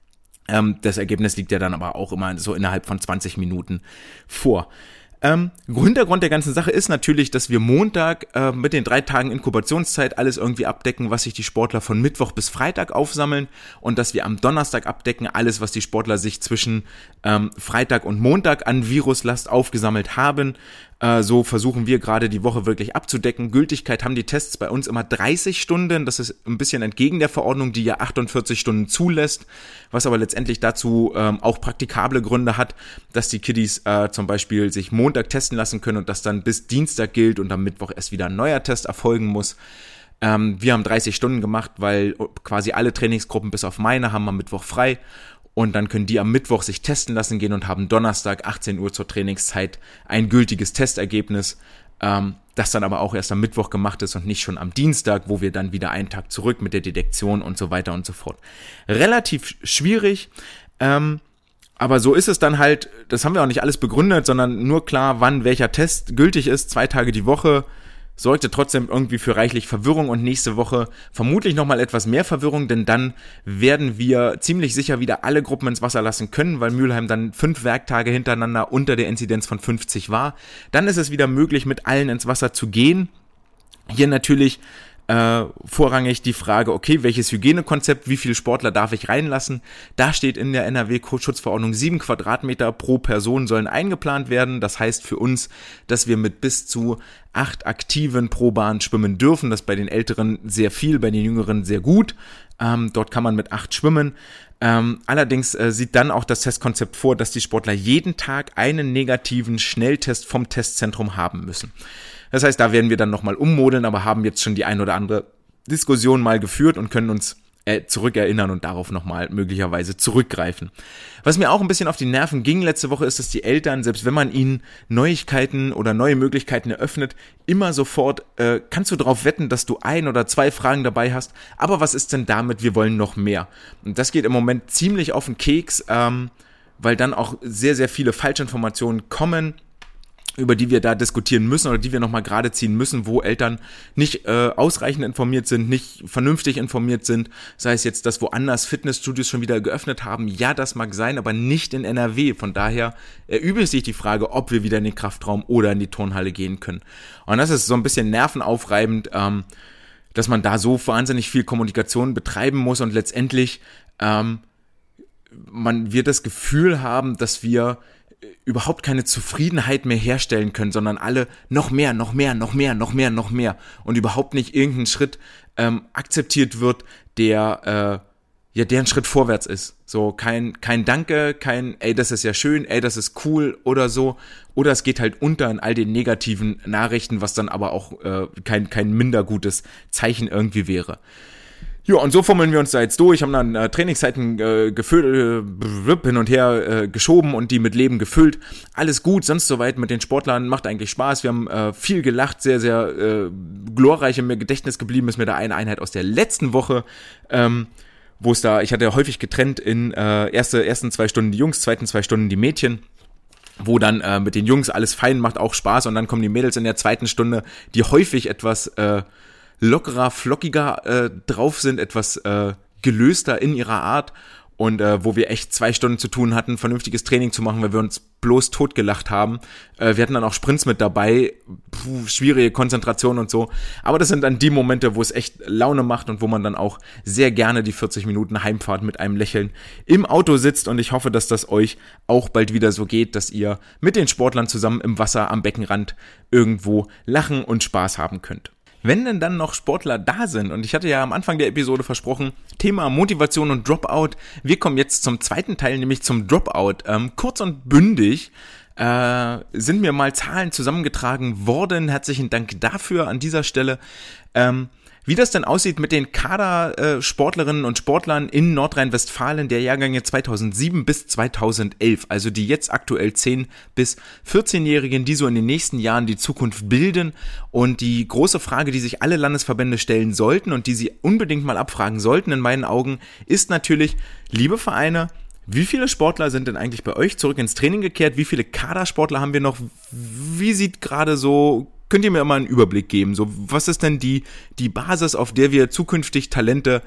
Das Ergebnis liegt ja dann aber auch immer so innerhalb von 20 Minuten vor. Hintergrund der ganzen Sache ist natürlich, dass wir Montag mit den 3 Tagen Inkubationszeit alles irgendwie abdecken, was sich die Sportler von Mittwoch bis Freitag aufsammeln, und dass wir am Donnerstag abdecken alles, was die Sportler sich zwischen Freitag und Montag an Viruslast aufgesammelt haben. So versuchen wir gerade die Woche wirklich abzudecken. Gültigkeit haben die Tests bei uns immer 30 Stunden. Das ist ein bisschen entgegen der Verordnung, die ja 48 Stunden zulässt, was aber letztendlich dazu auch praktikable Gründe hat, dass die Kiddies zum Beispiel sich Montag testen lassen können und das dann bis Dienstag gilt und am Mittwoch erst wieder ein neuer Test erfolgen muss. Wir haben 30 Stunden gemacht, weil quasi alle Trainingsgruppen bis auf meine haben am Mittwoch frei. Und dann können die am Mittwoch sich testen lassen gehen und haben Donnerstag 18 Uhr zur Trainingszeit ein gültiges Testergebnis, das dann aber auch erst am Mittwoch gemacht ist und nicht schon am Dienstag, wo wir dann wieder einen Tag zurück mit der Detektion und so weiter und so fort. Relativ schwierig, aber so ist es dann halt, das haben wir auch nicht alles begründet, sondern nur klar, wann welcher Test gültig ist, 2 Tage die Woche. Sorgte trotzdem irgendwie für reichlich Verwirrung und nächste Woche vermutlich nochmal etwas mehr Verwirrung, denn dann werden wir ziemlich sicher wieder alle Gruppen ins Wasser lassen können, weil Mülheim dann 5 Werktage hintereinander unter der Inzidenz von 50 war. Dann ist es wieder möglich, mit allen ins Wasser zu gehen. Hier natürlich vorrangig die Frage, okay, welches Hygienekonzept, wie viele Sportler darf ich reinlassen? Da steht in der NRW-Schutzverordnung 7 Quadratmeter pro Person sollen eingeplant werden. Das heißt für uns, dass wir mit bis zu 8 Aktiven pro Bahn schwimmen dürfen. Das ist bei den Älteren sehr viel, bei den Jüngeren sehr gut. Dort kann man mit 8 schwimmen. Allerdings sieht dann auch das Testkonzept vor, dass die Sportler jeden Tag einen negativen Schnelltest vom Testzentrum haben müssen. Das heißt, da werden wir dann nochmal ummodeln, aber haben jetzt schon die ein oder andere Diskussion mal geführt und können uns zurückerinnern und darauf nochmal möglicherweise zurückgreifen. Was mir auch ein bisschen auf die Nerven ging letzte Woche ist, dass die Eltern, selbst wenn man ihnen Neuigkeiten oder neue Möglichkeiten eröffnet, immer sofort, kannst du darauf wetten, dass du 1 oder 2 Fragen dabei hast, aber was ist denn damit, wir wollen noch mehr. Und das geht im Moment ziemlich auf den Keks, weil dann auch sehr, sehr viele Falschinformationen kommen, über die wir da diskutieren müssen oder die wir nochmal gerade ziehen müssen, wo Eltern nicht ausreichend informiert sind, nicht vernünftig informiert sind, sei es jetzt, dass woanders Fitnessstudios schon wieder geöffnet haben, ja, das mag sein, aber nicht in NRW, von daher erübrigt sich die Frage, ob wir wieder in den Kraftraum oder in die Turnhalle gehen können. Und das ist so ein bisschen nervenaufreibend, dass man da so wahnsinnig viel Kommunikation betreiben muss und letztendlich man wird das Gefühl haben, dass wir überhaupt keine Zufriedenheit mehr herstellen können, sondern alle noch mehr und überhaupt nicht irgendein Schritt akzeptiert wird, der ein Schritt vorwärts ist. So kein Danke, kein ey, das ist ja schön, ey, das ist cool oder so. Oder es geht halt unter in all den negativen Nachrichten, was dann aber auch kein minder gutes Zeichen irgendwie wäre. Ja, und so fummeln wir uns da jetzt durch, haben dann Trainingszeiten gefüllt, hin und her geschoben und die mit Leben gefüllt. Alles gut, sonst soweit mit den Sportlern, macht eigentlich Spaß. Wir haben viel gelacht, sehr, sehr glorreich in mir Gedächtnis geblieben ist mir da eine Einheit aus der letzten Woche, wo es da, ich hatte ja häufig getrennt in ersten 2 Stunden die Jungs, zweiten 2 Stunden die Mädchen, wo dann mit den Jungs alles fein macht, auch Spaß und dann kommen die Mädels in der 2. Stunde, die häufig etwas lockerer, flockiger drauf sind, etwas gelöster in ihrer Art und wo wir echt 2 Stunden zu tun hatten, vernünftiges Training zu machen, weil wir uns bloß totgelacht haben. Wir hatten dann auch Sprints mit dabei, schwierige Konzentration und so, aber das sind dann die Momente, wo es echt Laune macht und wo man dann auch sehr gerne die 40 Minuten Heimfahrt mit einem Lächeln im Auto sitzt und ich hoffe, dass das euch auch bald wieder so geht, dass ihr mit den Sportlern zusammen im Wasser am Beckenrand irgendwo lachen und Spaß haben könnt. Wenn denn dann noch Sportler da sind, und ich hatte ja am Anfang der Episode versprochen, Thema Motivation und Dropout, wir kommen jetzt zum zweiten Teil, nämlich zum Dropout. Kurz und bündig sind mir mal Zahlen zusammengetragen worden, herzlichen Dank dafür an dieser Stelle. Wie das denn aussieht mit den Kadersportlerinnen und Sportlern in Nordrhein-Westfalen der Jahrgänge 2007 bis 2011, also die jetzt aktuell 10- bis 14-Jährigen, die so in den nächsten Jahren die Zukunft bilden. Und die große Frage, die sich alle Landesverbände stellen sollten und die sie unbedingt mal abfragen sollten in meinen Augen, ist natürlich, liebe Vereine, wie viele Sportler sind denn eigentlich bei euch zurück ins Training gekehrt? Wie viele Kadersportler haben wir noch? Wie sieht gerade so... Könnt ihr mir mal einen Überblick geben? So, was ist denn die Basis, auf der wir zukünftig Talente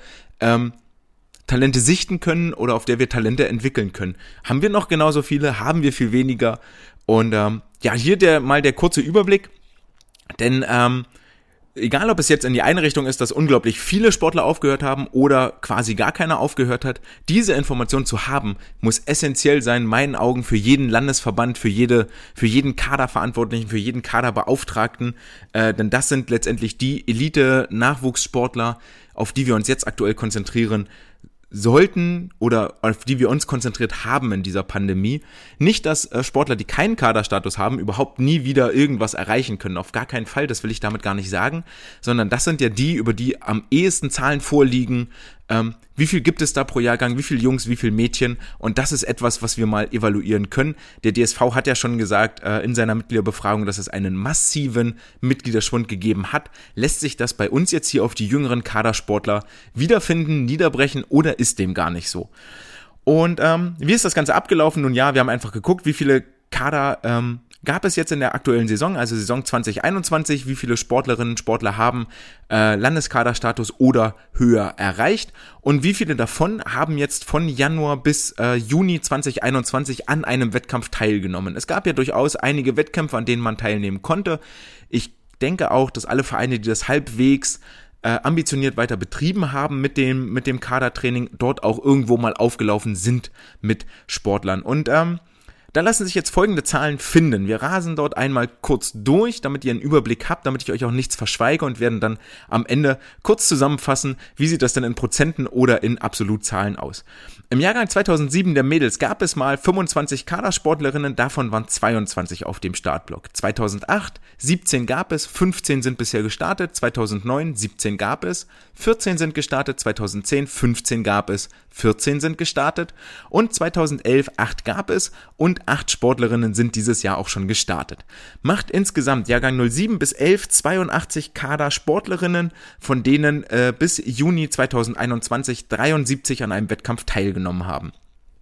sichten können oder auf der wir Talente entwickeln können? Haben wir noch genauso viele? Haben wir viel weniger? Und hier der kurze Überblick, denn egal ob es jetzt in die eine Richtung ist, dass unglaublich viele Sportler aufgehört haben oder quasi gar keiner aufgehört hat, diese Information zu haben, muss essentiell sein, in meinen Augen, für jeden Landesverband, für jeden Kaderverantwortlichen, für jeden Kaderbeauftragten, denn das sind letztendlich die Elite-Nachwuchssportler, auf die wir uns jetzt aktuell konzentrieren sollten oder auf die wir uns konzentriert haben in dieser Pandemie. Nicht, dass Sportler, die keinen Kaderstatus haben, überhaupt nie wieder irgendwas erreichen können. Auf gar keinen Fall, das will ich damit gar nicht sagen, sondern das sind ja die, über die am ehesten Zahlen vorliegen. Wie viel gibt es da pro Jahrgang, wie viele Jungs, wie viele Mädchen, und das ist etwas, was wir mal evaluieren können. Der DSV hat ja schon gesagt in seiner Mitgliederbefragung, dass es einen massiven Mitgliederschwund gegeben hat. Lässt sich das bei uns jetzt hier auf die jüngeren Kadersportler wiederfinden, niederbrechen, oder ist dem gar nicht so? Und wie ist das Ganze abgelaufen? Nun ja, wir haben einfach geguckt, wie viele Kader gab es jetzt in der aktuellen Saison, also Saison 2021, wie viele Sportlerinnen und Sportler haben Landeskaderstatus oder höher erreicht und wie viele davon haben jetzt von Januar bis Juni 2021 an einem Wettkampf teilgenommen. Es gab ja durchaus einige Wettkämpfe, an denen man teilnehmen konnte. Ich denke auch, dass alle Vereine, die das halbwegs ambitioniert weiter betrieben haben mit dem Kadertraining, dort auch irgendwo mal aufgelaufen sind mit Sportlern. Und da lassen sich jetzt folgende Zahlen finden. Wir rasen dort einmal kurz durch, damit ihr einen Überblick habt, damit ich euch auch nichts verschweige, und werden dann am Ende kurz zusammenfassen, wie sieht das denn in Prozenten oder in Absolutzahlen aus. Im Jahrgang 2007 der Mädels gab es mal 25 Kadersportlerinnen, davon waren 22 auf dem Startblock. 2008 17 gab es, 15 sind bisher gestartet, 2009 17 gab es, 14 sind gestartet, 2010 15 gab es, 14 sind gestartet und 2011 8 gab es und 8 Sportlerinnen sind dieses Jahr auch schon gestartet. Macht insgesamt Jahrgang 07 bis 11 82 Kadersportlerinnen, von denen bis Juni 2021 73 an einem Wettkampf teilgenommen haben.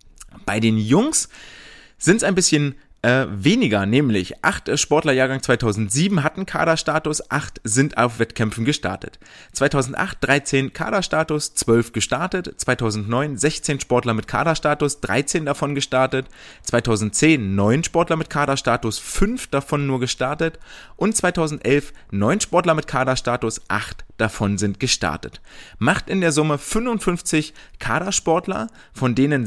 Bei den Jungs sind es ein bisschen weniger, nämlich 8 Sportler Jahrgang 2007 hatten Kaderstatus, 8 sind auf Wettkämpfen gestartet. 2008 13 Kaderstatus, 12 gestartet, 2009 16 Sportler mit Kaderstatus, 13 davon gestartet, 2010 9 Sportler mit Kaderstatus, 5 davon nur gestartet und 2011 9 Sportler mit Kaderstatus, 8 davon sind gestartet. Macht in der Summe 55 Kadersportler, von denen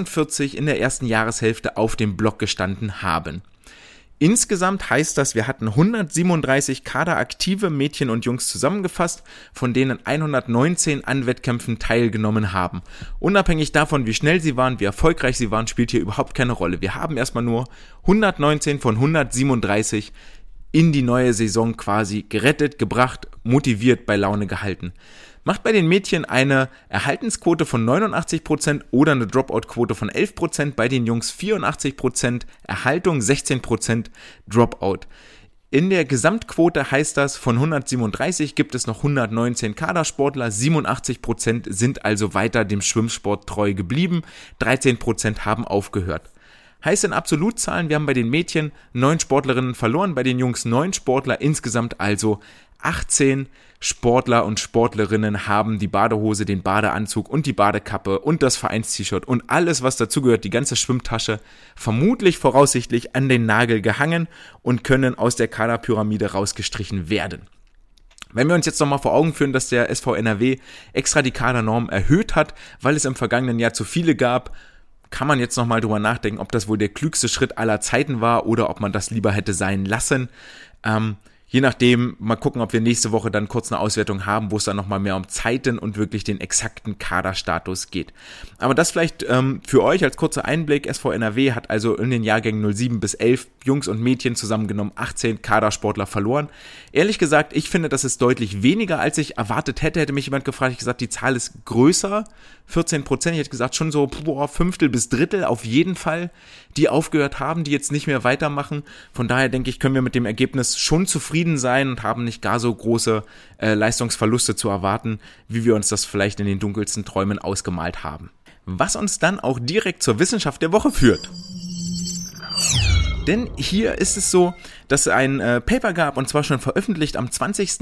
46 in der ersten Jahreshälfte auf dem Block gestanden haben. Insgesamt heißt das, wir hatten 137 kaderaktive Mädchen und Jungs zusammengefasst, von denen 119 an Wettkämpfen teilgenommen haben. Unabhängig davon, wie schnell sie waren, wie erfolgreich sie waren, spielt hier überhaupt keine Rolle. Wir haben erstmal nur 119 von 137 in die neue Saison quasi gerettet, gebracht, motiviert, bei Laune gehalten. Macht bei den Mädchen eine Erhaltensquote von 89% oder eine Dropout-Quote von 11%, bei den Jungs 84% Erhaltung, 16% Dropout. In der Gesamtquote heißt das, von 137 gibt es noch 119 Kadersportler, 87% sind also weiter dem Schwimmsport treu geblieben, 13% haben aufgehört. Heißt in Absolutzahlen, wir haben bei den Mädchen 9 Sportlerinnen verloren, bei den Jungs 9 Sportler, insgesamt also 18 Sportler und Sportlerinnen haben die Badehose, den Badeanzug und die Badekappe und das Vereins-T-Shirt und alles, was dazugehört, die ganze Schwimmtasche, vermutlich voraussichtlich an den Nagel gehangen und können aus der Kaderpyramide rausgestrichen werden. Wenn wir uns jetzt nochmal vor Augen führen, dass der SV NRW extra die Kadernorm erhöht hat, weil es im vergangenen Jahr zu viele gab, kann man jetzt nochmal drüber nachdenken, ob das wohl der klügste Schritt aller Zeiten war oder ob man das lieber hätte sein lassen. Je nachdem, mal gucken, ob wir nächste Woche dann kurz eine Auswertung haben, wo es dann nochmal mehr um Zeiten und wirklich den exakten Kaderstatus geht. Aber das vielleicht für euch als kurzer Einblick. SV NRW hat also in den Jahrgängen 07 bis 11 Jungs und Mädchen zusammengenommen 18 Kadersportler verloren. Ehrlich gesagt, ich finde, das ist deutlich weniger, als ich erwartet hätte. Hätte mich jemand gefragt, ich gesagt, die Zahl ist größer, 14%. Ich hätte gesagt, schon so Fünftel bis Drittel auf jeden Fall, die aufgehört haben, die jetzt nicht mehr weitermachen. Von daher denke ich, können wir mit dem Ergebnis schon zufrieden sein und haben nicht gar so große Leistungsverluste zu erwarten, wie wir uns das vielleicht in den dunkelsten Träumen ausgemalt haben. Was uns dann auch direkt zur Wissenschaft der Woche führt. Denn hier ist es so, dass es ein Paper gab, und zwar schon veröffentlicht am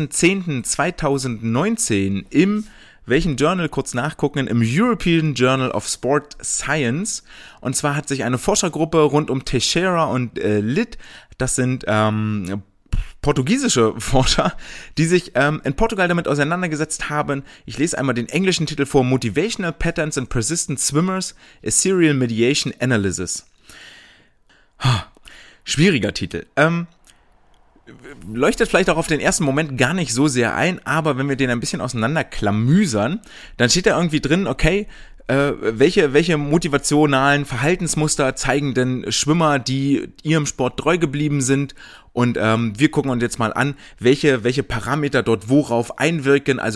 20.10.2019 im welchen Journal, kurz nachgucken, im European Journal of Sport Science. Und zwar hat sich eine Forschergruppe rund um Teixeira und Litt, das sind portugiesische Forscher, die sich in Portugal damit auseinandergesetzt haben. Ich lese einmal den englischen Titel vor: Motivational Patterns in Persistent Swimmers, a Serial Mediation Analysis. Schwieriger Titel. Leuchtet vielleicht auch auf den ersten Moment gar nicht so sehr ein, aber wenn wir den ein bisschen auseinanderklamüsern, dann steht da irgendwie drin, okay, welche motivationalen Verhaltensmuster zeigen denn Schwimmer, die ihrem Sport treu geblieben sind, und wir gucken uns jetzt mal an, welche Parameter dort worauf einwirken, also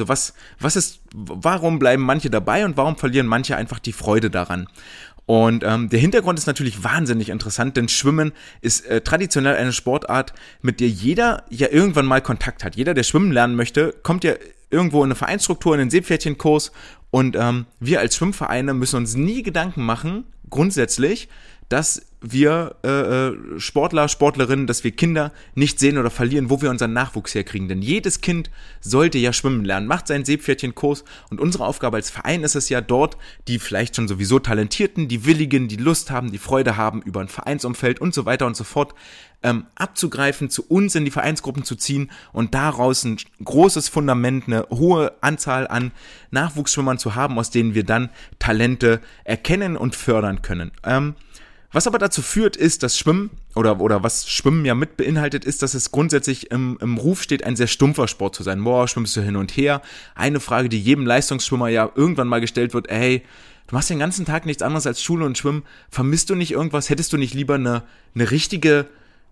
warum bleiben manche dabei und warum verlieren manche einfach die Freude daran. Und der Hintergrund ist natürlich wahnsinnig interessant, denn Schwimmen ist traditionell eine Sportart, mit der jeder ja irgendwann mal Kontakt hat. Jeder, der schwimmen lernen möchte, kommt ja irgendwo in eine Vereinsstruktur, in den Seepferdchenkurs, und wir als Schwimmvereine müssen uns nie Gedanken machen, grundsätzlich, dass wir Sportler, Sportlerinnen, dass wir Kinder nicht sehen oder verlieren, wo wir unseren Nachwuchs herkriegen. Denn jedes Kind sollte ja schwimmen lernen, macht seinen Seepferdchenkurs, und unsere Aufgabe als Verein ist es ja dort, die vielleicht schon sowieso Talentierten, die Willigen, die Lust haben, die Freude haben, über ein Vereinsumfeld und so weiter und so fort abzugreifen, zu uns in die Vereinsgruppen zu ziehen und daraus ein großes Fundament, eine hohe Anzahl an Nachwuchsschwimmern zu haben, aus denen wir dann Talente erkennen und fördern können. Was aber dazu führt, ist, dass Schwimmen, oder was Schwimmen ja mit beinhaltet, ist, dass es grundsätzlich im Ruf steht, ein sehr stumpfer Sport zu sein. Boah, schwimmst du hin und her? Eine Frage, die jedem Leistungsschwimmer ja irgendwann mal gestellt wird: Hey, du machst den ganzen Tag nichts anderes als Schule und Schwimmen. Vermisst du nicht irgendwas? Hättest du nicht lieber eine richtige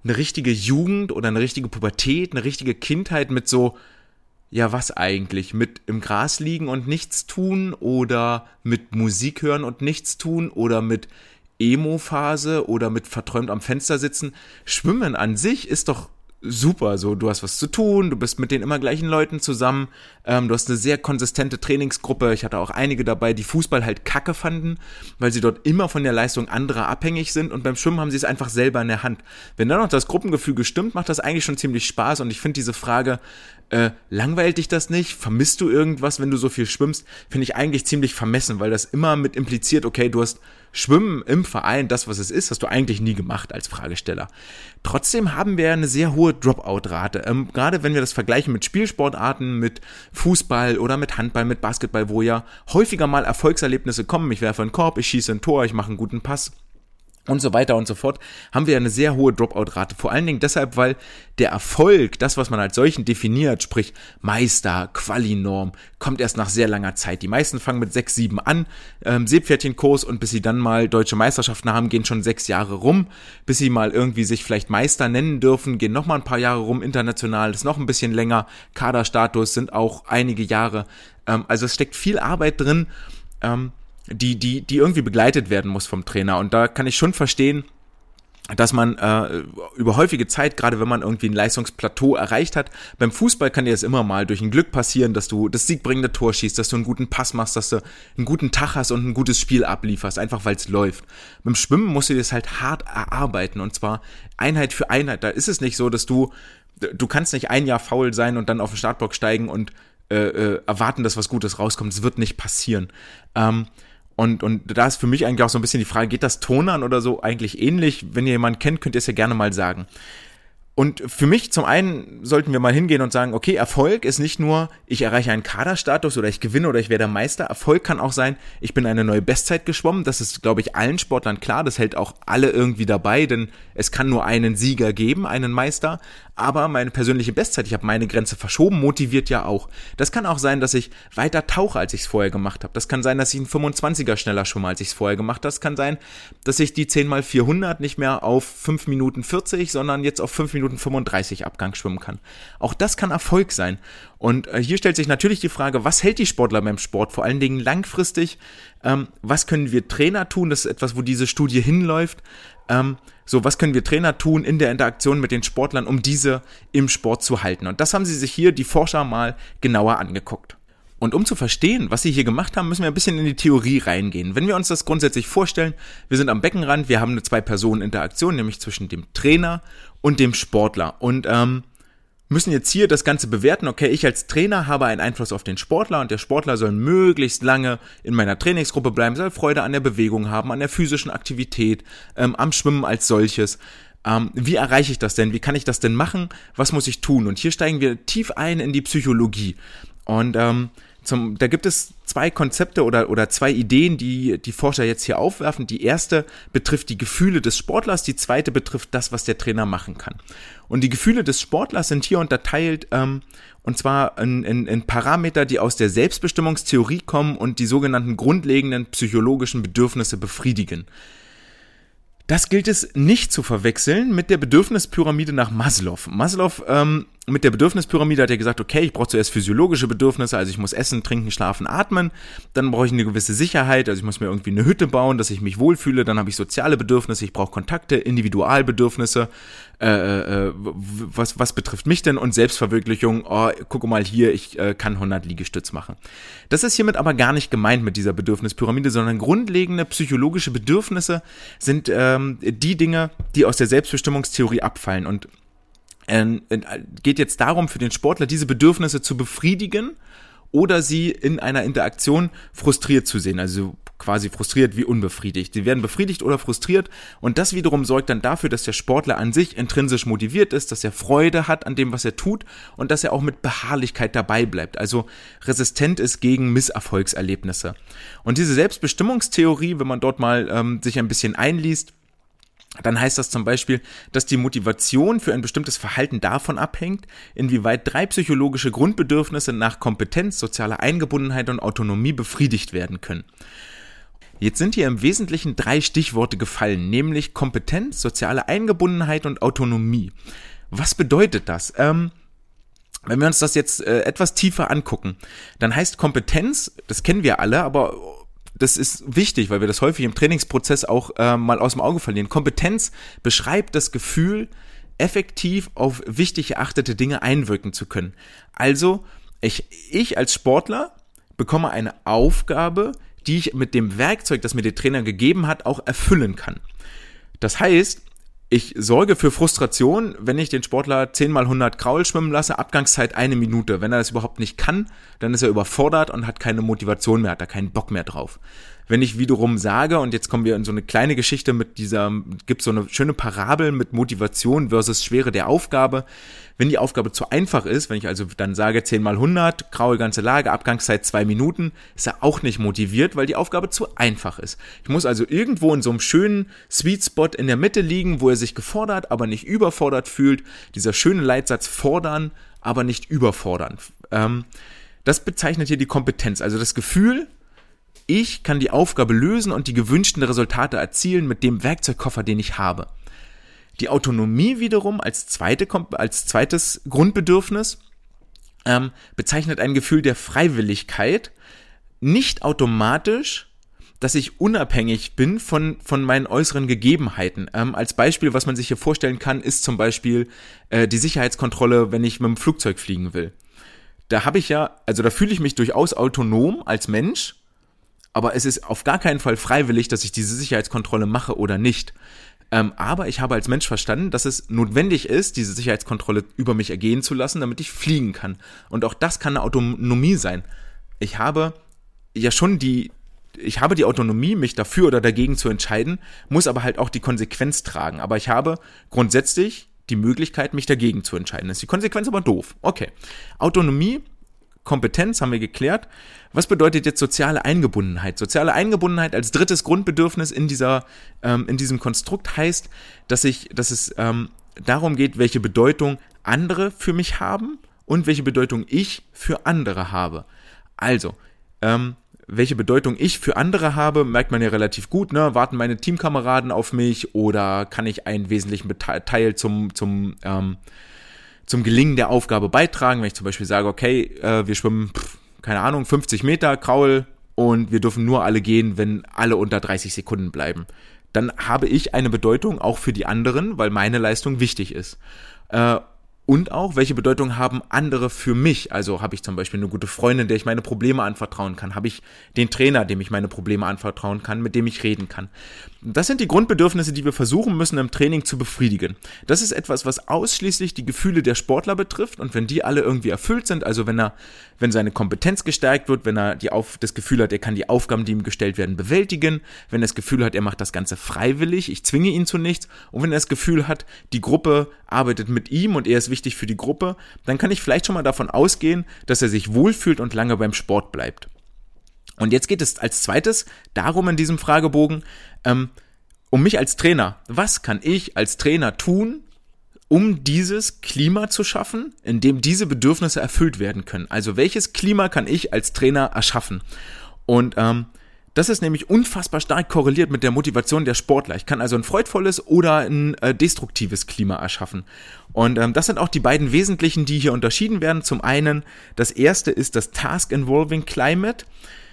Jugend oder eine richtige Pubertät, eine richtige Kindheit mit so, ja, was eigentlich? Mit im Gras liegen und nichts tun, oder mit Musik hören und nichts tun, oder mit Emo-Phase oder mit verträumt am Fenster sitzen? Schwimmen an sich ist doch super, so, du hast was zu tun, du bist mit den immer gleichen Leuten zusammen, du hast eine sehr konsistente Trainingsgruppe. Ich hatte auch einige dabei, die Fußball halt kacke fanden, weil sie dort immer von der Leistung anderer abhängig sind, und beim Schwimmen haben sie es einfach selber in der Hand. Wenn dann noch das Gruppengefüge stimmt, macht das eigentlich schon ziemlich Spaß, und ich finde diese Frage, langweilt dich das nicht? Vermisst du irgendwas, wenn du so viel schwimmst? Finde ich eigentlich ziemlich vermessen, weil das immer mit impliziert, okay, du hast Schwimmen im Verein, das, was es ist, hast du eigentlich nie gemacht als Fragesteller. Trotzdem haben wir eine sehr hohe Dropout-Rate. Gerade wenn wir das vergleichen mit Spielsportarten, mit Fußball oder mit Handball, mit Basketball, wo ja häufiger mal Erfolgserlebnisse kommen. Ich werfe einen Korb, ich schieße ein Tor, ich mache einen guten Pass und so weiter und so fort, haben wir eine sehr hohe Dropout-Rate. Vor allen Dingen deshalb, weil der Erfolg, das, was man als solchen definiert, sprich Meister, Quali-Norm, kommt erst nach sehr langer Zeit. Die meisten fangen mit 6, 7 an, Seepferdchenkurs, und bis sie dann mal deutsche Meisterschaften haben, gehen schon 6 Jahre rum. Bis sie mal irgendwie sich vielleicht Meister nennen dürfen, gehen nochmal ein paar Jahre rum. International ist noch ein bisschen länger. Kaderstatus sind auch einige Jahre. Also es steckt viel Arbeit drin, die irgendwie begleitet werden muss vom Trainer. Und da kann ich schon verstehen, dass man über häufige Zeit, gerade wenn man irgendwie ein Leistungsplateau erreicht hat, beim Fußball kann dir das immer mal durch ein Glück passieren, dass du das siegbringende Tor schießt, dass du einen guten Pass machst, dass du einen guten Tag hast und ein gutes Spiel ablieferst, einfach weil es läuft. Beim Schwimmen musst du dir das halt hart erarbeiten, und zwar Einheit für Einheit. Da ist es nicht so, dass du kannst nicht ein Jahr faul sein und dann auf den Startblock steigen und erwarten, dass was Gutes rauskommt. Das wird nicht passieren. Und da ist für mich eigentlich auch so ein bisschen die Frage, geht das Turnern oder so eigentlich ähnlich? Wenn ihr jemanden kennt, könnt ihr es ja gerne mal sagen. Und für mich zum einen sollten wir mal hingehen und sagen, okay, Erfolg ist nicht nur, ich erreiche einen Kaderstatus oder ich gewinne oder ich werde Meister. Erfolg kann auch sein, ich bin eine neue Bestzeit geschwommen. Das ist, glaube ich, allen Sportlern klar. Das hält auch alle irgendwie dabei, denn es kann nur einen Sieger geben, einen Meister. Aber meine persönliche Bestzeit, ich habe meine Grenze verschoben, motiviert ja auch. Das kann auch sein, dass ich weiter tauche, als ich es vorher gemacht habe. Das kann sein, dass ich einen 25er schneller schwimme, als ich es vorher gemacht habe. Das kann sein, dass ich die 10x400 nicht mehr auf 5 Minuten 40, sondern jetzt auf 5 Minuten 35 Abgang schwimmen kann. Auch das kann Erfolg sein. Und hier stellt sich natürlich die Frage, was hält die Sportler beim Sport? Vor allen Dingen langfristig. Was können wir Trainer tun? Das ist etwas, wo diese Studie hinläuft. Was können wir Trainer tun in der Interaktion mit den Sportlern, um diese im Sport zu halten? Und das haben sie sich hier, die Forscher, mal genauer angeguckt. Und um zu verstehen, was sie hier gemacht haben, müssen wir ein bisschen in die Theorie reingehen. Wenn wir uns das grundsätzlich vorstellen, wir sind am Beckenrand, wir haben eine 2-Personen-Interaktion, nämlich zwischen dem Trainer und dem Sportler. Und müssen jetzt hier das Ganze bewerten, okay, ich als Trainer habe einen Einfluss auf den Sportler und der Sportler soll möglichst lange in meiner Trainingsgruppe bleiben, soll Freude an der Bewegung haben, an der physischen Aktivität, am Schwimmen als solches. Wie erreiche ich das denn? Wie kann ich das denn machen? Was muss ich tun? Und hier steigen wir tief ein in die Psychologie. Und da gibt es zwei Konzepte oder zwei Ideen, die Forscher jetzt hier aufwerfen. Die erste betrifft die Gefühle des Sportlers, die zweite betrifft das, was der Trainer machen kann. Und die Gefühle des Sportlers sind hier unterteilt, und zwar in Parameter, die aus der Selbstbestimmungstheorie kommen und die sogenannten grundlegenden psychologischen Bedürfnisse befriedigen. Das gilt es nicht zu verwechseln mit der Bedürfnispyramide nach Maslow. Maslow mit der Bedürfnispyramide hat er gesagt, okay, ich brauche zuerst physiologische Bedürfnisse, also ich muss essen, trinken, schlafen, atmen. Dann brauche ich eine gewisse Sicherheit, also ich muss mir irgendwie eine Hütte bauen, dass ich mich wohlfühle. Dann habe ich soziale Bedürfnisse, ich brauche Kontakte, Individualbedürfnisse. Was betrifft mich denn? Und Selbstverwirklichung, guck mal hier, ich kann 100 Liegestütz machen. Das ist hiermit aber gar nicht gemeint mit dieser Bedürfnispyramide, sondern grundlegende psychologische Bedürfnisse sind die Dinge, die aus der Selbstbestimmungstheorie abfallen. Und geht jetzt darum, für den Sportler diese Bedürfnisse zu befriedigen oder sie in einer Interaktion frustriert zu sehen, also quasi frustriert wie unbefriedigt. Sie werden befriedigt oder frustriert und das wiederum sorgt dann dafür, dass der Sportler an sich intrinsisch motiviert ist, dass er Freude hat an dem, was er tut und dass er auch mit Beharrlichkeit dabei bleibt, also resistent ist gegen Misserfolgserlebnisse. Und diese Selbstbestimmungstheorie, wenn man dort mal sich ein bisschen einliest, dann heißt das zum Beispiel, dass die Motivation für ein bestimmtes Verhalten davon abhängt, inwieweit 3 psychologische Grundbedürfnisse nach Kompetenz, sozialer Eingebundenheit und Autonomie befriedigt werden können. Jetzt sind hier im Wesentlichen 3 Stichworte gefallen, nämlich Kompetenz, soziale Eingebundenheit und Autonomie. Was bedeutet das? Wenn wir uns das jetzt etwas tiefer angucken, dann heißt Kompetenz, das kennen wir alle, aber das ist wichtig, weil wir das häufig im Trainingsprozess auch mal aus dem Auge verlieren. Kompetenz beschreibt das Gefühl, effektiv auf wichtig erachtete Dinge einwirken zu können. Also, ich als Sportler bekomme eine Aufgabe, die ich mit dem Werkzeug, das mir der Trainer gegeben hat, auch erfüllen kann. Das heißt, ich sorge für Frustration, wenn ich den Sportler 10 mal 100 Kraul schwimmen lasse, Abgangszeit 1 Minute. Wenn er das überhaupt nicht kann, dann ist er überfordert und hat keine Motivation mehr, hat da keinen Bock mehr drauf. Wenn ich wiederum sage, und jetzt kommen wir in so eine kleine Geschichte gibt so eine schöne Parabel mit Motivation versus Schwere der Aufgabe. Wenn die Aufgabe zu einfach ist, wenn ich also dann sage 10 mal 100, Kraul ganze Lage, Abgangszeit 2 Minuten, ist er auch nicht motiviert, weil die Aufgabe zu einfach ist. Ich muss also irgendwo in so einem schönen Sweet Spot in der Mitte liegen, wo er sich gefordert, aber nicht überfordert fühlt. Dieser schöne Leitsatz fordern, aber nicht überfordern. Das bezeichnet hier die Kompetenz, also das Gefühl, ich kann die Aufgabe lösen und die gewünschten Resultate erzielen mit dem Werkzeugkoffer, den ich habe. Die Autonomie wiederum als zweites Grundbedürfnis bezeichnet ein Gefühl der Freiwilligkeit, nicht automatisch, dass ich unabhängig bin von meinen äußeren Gegebenheiten. Als Beispiel, was man sich hier vorstellen kann, ist zum Beispiel die Sicherheitskontrolle, wenn ich mit dem Flugzeug fliegen will. Da fühle ich mich durchaus autonom als Mensch, aber es ist auf gar keinen Fall freiwillig, dass ich diese Sicherheitskontrolle mache oder nicht. Aber ich habe als Mensch verstanden, dass es notwendig ist, diese Sicherheitskontrolle über mich ergehen zu lassen, damit ich fliegen kann. Und auch das kann eine Autonomie sein. Ich habe die Autonomie, mich dafür oder dagegen zu entscheiden, muss aber halt auch die Konsequenz tragen. Aber ich habe grundsätzlich die Möglichkeit, mich dagegen zu entscheiden. Das ist die Konsequenz aber doof. Okay. Autonomie, Kompetenz haben wir geklärt. Was bedeutet jetzt soziale Eingebundenheit? Soziale Eingebundenheit als drittes Grundbedürfnis in diesem Konstrukt heißt, dass es darum geht, welche Bedeutung andere für mich haben und welche Bedeutung ich für andere habe. Also, welche Bedeutung ich für andere habe, merkt man ja relativ gut, ne? Warten meine Teamkameraden auf mich oder kann ich einen wesentlichen Teil zum Gelingen der Aufgabe beitragen, wenn ich zum Beispiel sage, okay, wir schwimmen, 50 Meter Kraul und wir dürfen nur alle gehen, wenn alle unter 30 Sekunden bleiben. Dann habe ich eine Bedeutung auch für die anderen, weil meine Leistung wichtig ist. Und auch, welche Bedeutung haben andere für mich? Also habe ich zum Beispiel eine gute Freundin, der ich meine Probleme anvertrauen kann? Habe ich den Trainer, dem ich meine Probleme anvertrauen kann, mit dem ich reden kann? Das sind die Grundbedürfnisse, die wir versuchen müssen im Training zu befriedigen. Das ist etwas, was ausschließlich die Gefühle der Sportler betrifft, und wenn die alle irgendwie erfüllt sind, also wenn seine Kompetenz gestärkt wird, wenn er das Gefühl hat, er kann die Aufgaben, die ihm gestellt werden, bewältigen, wenn er das Gefühl hat, er macht das Ganze freiwillig, ich zwinge ihn zu nichts, und wenn er das Gefühl hat, die Gruppe arbeitet mit ihm und er ist wichtig für die Gruppe, dann kann ich vielleicht schon mal davon ausgehen, dass er sich wohlfühlt und lange beim Sport bleibt. Und jetzt geht es als zweites darum in diesem Fragebogen, um mich als Trainer. Was kann ich als Trainer tun, um dieses Klima zu schaffen, in dem diese Bedürfnisse erfüllt werden können? Also welches Klima kann ich als Trainer erschaffen? Und das ist nämlich unfassbar stark korreliert mit der Motivation der Sportler. Ich kann also ein freudvolles oder ein destruktives Klima erschaffen. Und das sind auch die beiden wesentlichen, die hier unterschieden werden. Zum einen, das erste ist das Task Involving Climate.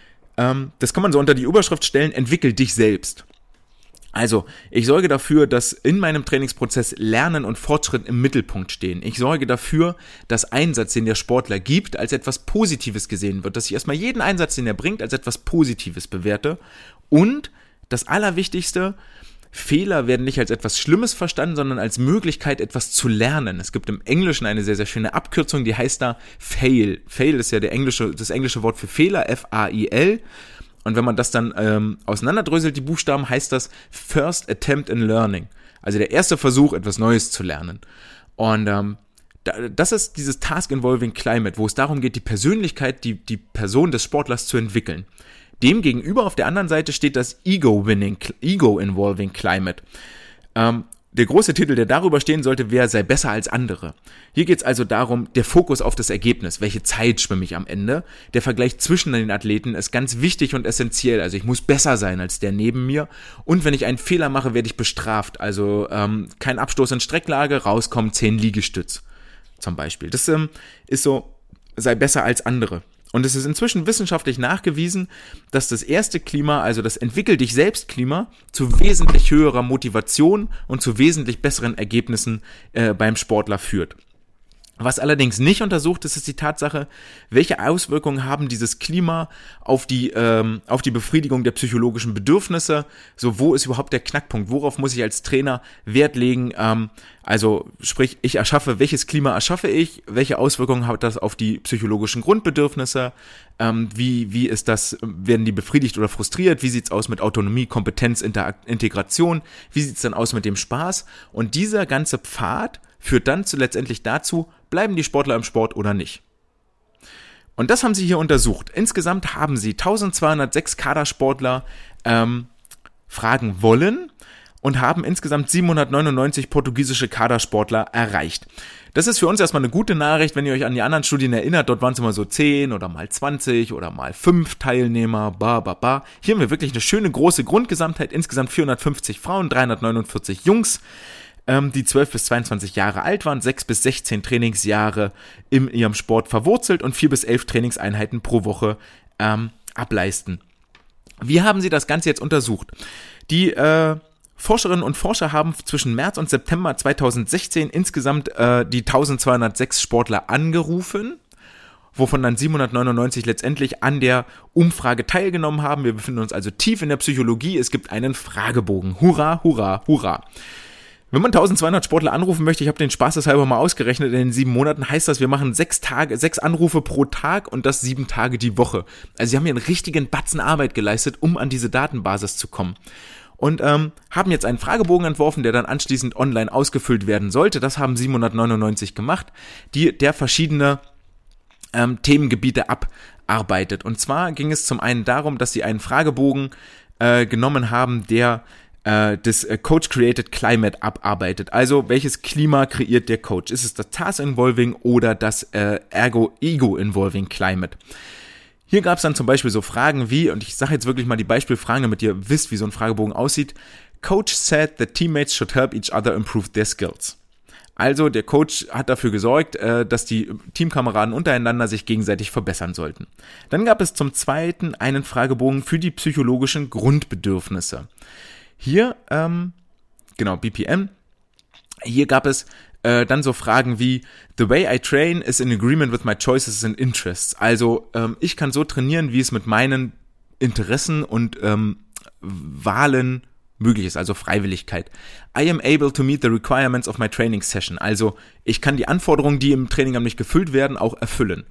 Das kann man so unter die Überschrift stellen, entwickel dich selbst. Also, ich sorge dafür, dass in meinem Trainingsprozess Lernen und Fortschritt im Mittelpunkt stehen. Ich sorge dafür, dass Einsatz, den der Sportler gibt, als etwas Positives gesehen wird. Dass ich erstmal jeden Einsatz, den er bringt, als etwas Positives bewerte. Und das Allerwichtigste, Fehler werden nicht als etwas Schlimmes verstanden, sondern als Möglichkeit, etwas zu lernen. Es gibt im Englischen eine sehr, sehr schöne Abkürzung, die heißt da Fail. Fail ist ja das englische Wort für Fehler, F-A-I-L. Und wenn man das dann auseinanderdröselt, die Buchstaben, heißt das First Attempt in Learning. Also der erste Versuch, etwas Neues zu lernen. Und das ist dieses Task Involving Climate, wo es darum geht, die Persönlichkeit, die Person des Sportlers zu entwickeln. Demgegenüber auf der anderen Seite steht das Ego Involving Climate. Der große Titel, der darüber stehen sollte, wäre, sei besser als andere. Hier geht es also darum, der Fokus auf das Ergebnis. Welche Zeit schwimme ich am Ende? Der Vergleich zwischen den Athleten ist ganz wichtig und essentiell. Also ich muss besser sein als der neben mir. Und wenn ich einen Fehler mache, werde ich bestraft. Also kein Abstoß in Strecklage, rauskommen 10 Liegestütz zum Beispiel. Das ist so, sei besser als andere. Und es ist inzwischen wissenschaftlich nachgewiesen, dass das erste Klima, also das Entwickel-dich-selbst-Klima, zu wesentlich höherer Motivation und zu wesentlich besseren Ergebnissen beim Sportler führt. Was allerdings nicht untersucht ist die Tatsache, welche Auswirkungen haben dieses Klima auf die Befriedigung der psychologischen Bedürfnisse. So, wo ist überhaupt der Knackpunkt? Worauf muss ich als Trainer Wert legen? Also sprich, welches Klima erschaffe ich? Welche Auswirkungen hat das auf die psychologischen Grundbedürfnisse? Wie ist das? Werden die befriedigt oder frustriert? Wie sieht's aus mit Autonomie, Kompetenz, Integration? Wie sieht's dann aus mit dem Spaß? Und dieser ganze Pfad führt dann letztendlich dazu, bleiben die Sportler im Sport oder nicht. Und das haben sie hier untersucht. Insgesamt haben sie 1206 Kadersportler fragen wollen und haben insgesamt 799 portugiesische Kadersportler erreicht. Das ist für uns erstmal eine gute Nachricht, wenn ihr euch an die anderen Studien erinnert. Dort waren es immer so 10 oder mal 20 oder mal 5 Teilnehmer. Hier haben wir wirklich eine schöne große Grundgesamtheit. Insgesamt 450 Frauen, 349 Jungs, die 12 bis 22 Jahre alt waren, 6 bis 16 Trainingsjahre in ihrem Sport verwurzelt und 4 bis 11 Trainingseinheiten pro Woche ableisten. Wie haben sie das Ganze jetzt untersucht? Die Forscherinnen und Forscher haben zwischen März und September 2016 insgesamt die 1206 Sportler angerufen, wovon dann 799 letztendlich an der Umfrage teilgenommen haben. Wir befinden uns also tief in der Psychologie. Es gibt einen Fragebogen. Hurra, hurra, hurra. Wenn man 1200 Sportler anrufen möchte, ich habe den spaßeshalber mal ausgerechnet, in den 7 Monaten heißt das, wir machen 6 Anrufe pro Tag und das 7 Tage die Woche. Also sie haben hier einen richtigen Batzen Arbeit geleistet, um an diese Datenbasis zu kommen. Und haben jetzt einen Fragebogen entworfen, der dann anschließend online ausgefüllt werden sollte. Das haben 799 gemacht, der verschiedene Themengebiete abarbeitet. Und zwar ging es zum einen darum, dass sie einen Fragebogen genommen haben, der das Coach-Created Climate abarbeitet. Also, welches Klima kreiert der Coach? Ist es das Task-Involving oder das Ego-Involving Climate? Hier gab es dann zum Beispiel so Fragen wie, und ich sage jetzt wirklich mal die Beispielfragen, damit ihr wisst, wie so ein Fragebogen aussieht. Coach said that teammates should help each other improve their skills. Also der Coach hat dafür gesorgt, dass die Teamkameraden untereinander sich gegenseitig verbessern sollten. Dann gab es zum Zweiten einen Fragebogen für die psychologischen Grundbedürfnisse. Hier, BPM, hier gab es Dann so Fragen wie, the way I train is in agreement with my choices and interests. Also ich kann so trainieren, wie es mit meinen Interessen und Wahlen möglich ist, also Freiwilligkeit. I am able to meet the requirements of my training session. Also ich kann die Anforderungen, die im Training an mich gestellt werden, auch erfüllen.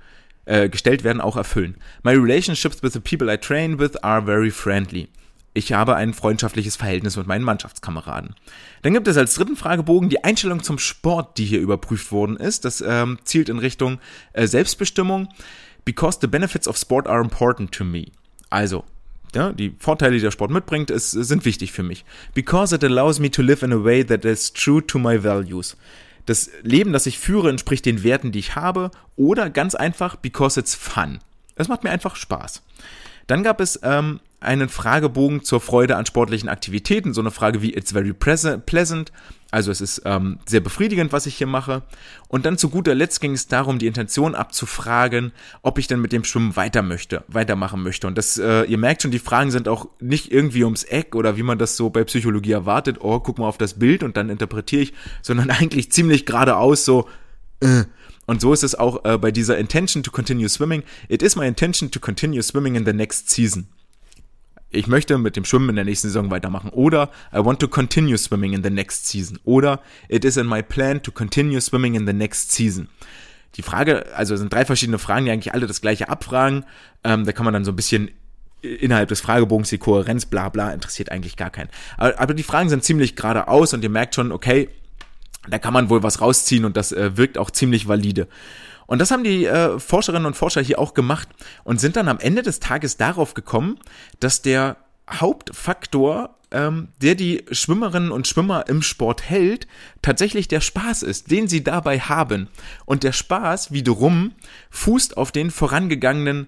My relationships with the people I train with are very friendly. Ich habe ein freundschaftliches Verhältnis mit meinen Mannschaftskameraden. Dann gibt es als dritten Fragebogen die Einstellung zum Sport, die hier überprüft worden ist. Das zielt in Richtung Selbstbestimmung. Because the benefits of sport are important to me. Also, ja, die Vorteile, die der Sport mitbringt, sind wichtig für mich. Because it allows me to live in a way that is true to my values. Das Leben, das ich führe, entspricht den Werten, die ich habe. Oder ganz einfach, because it's fun. Es macht mir einfach Spaß. Dann gab es einen Fragebogen zur Freude an sportlichen Aktivitäten. So eine Frage wie, it's very pleasant. Also es ist sehr befriedigend, was ich hier mache. Und dann zu guter Letzt ging es darum, die Intention abzufragen, ob ich denn mit dem Schwimmen weitermachen möchte. Und das, ihr merkt schon, die Fragen sind auch nicht irgendwie ums Eck oder wie man das so bei Psychologie erwartet. Oh, guck mal auf das Bild und dann interpretiere ich, sondern eigentlich ziemlich geradeaus so, Und so ist es auch bei dieser Intention to continue swimming. It is my intention to continue swimming in the next season. Ich möchte mit dem Schwimmen in der nächsten Saison weitermachen. Oder I want to continue swimming in the next season. Oder it is in my plan to continue swimming in the next season. Die Frage, also es sind 3 verschiedene Fragen, die eigentlich alle das gleiche abfragen. Da kann man dann so ein bisschen innerhalb des Fragebogens die Kohärenz, bla bla, interessiert eigentlich gar keinen. Aber die Fragen sind ziemlich geradeaus und ihr merkt schon, okay, da kann man wohl was rausziehen und das wirkt auch ziemlich valide. Und das haben die Forscherinnen und Forscher hier auch gemacht und sind dann am Ende des Tages darauf gekommen, dass der Hauptfaktor, der die Schwimmerinnen und Schwimmer im Sport hält, tatsächlich der Spaß ist, den sie dabei haben. Und der Spaß wiederum fußt auf den vorangegangenen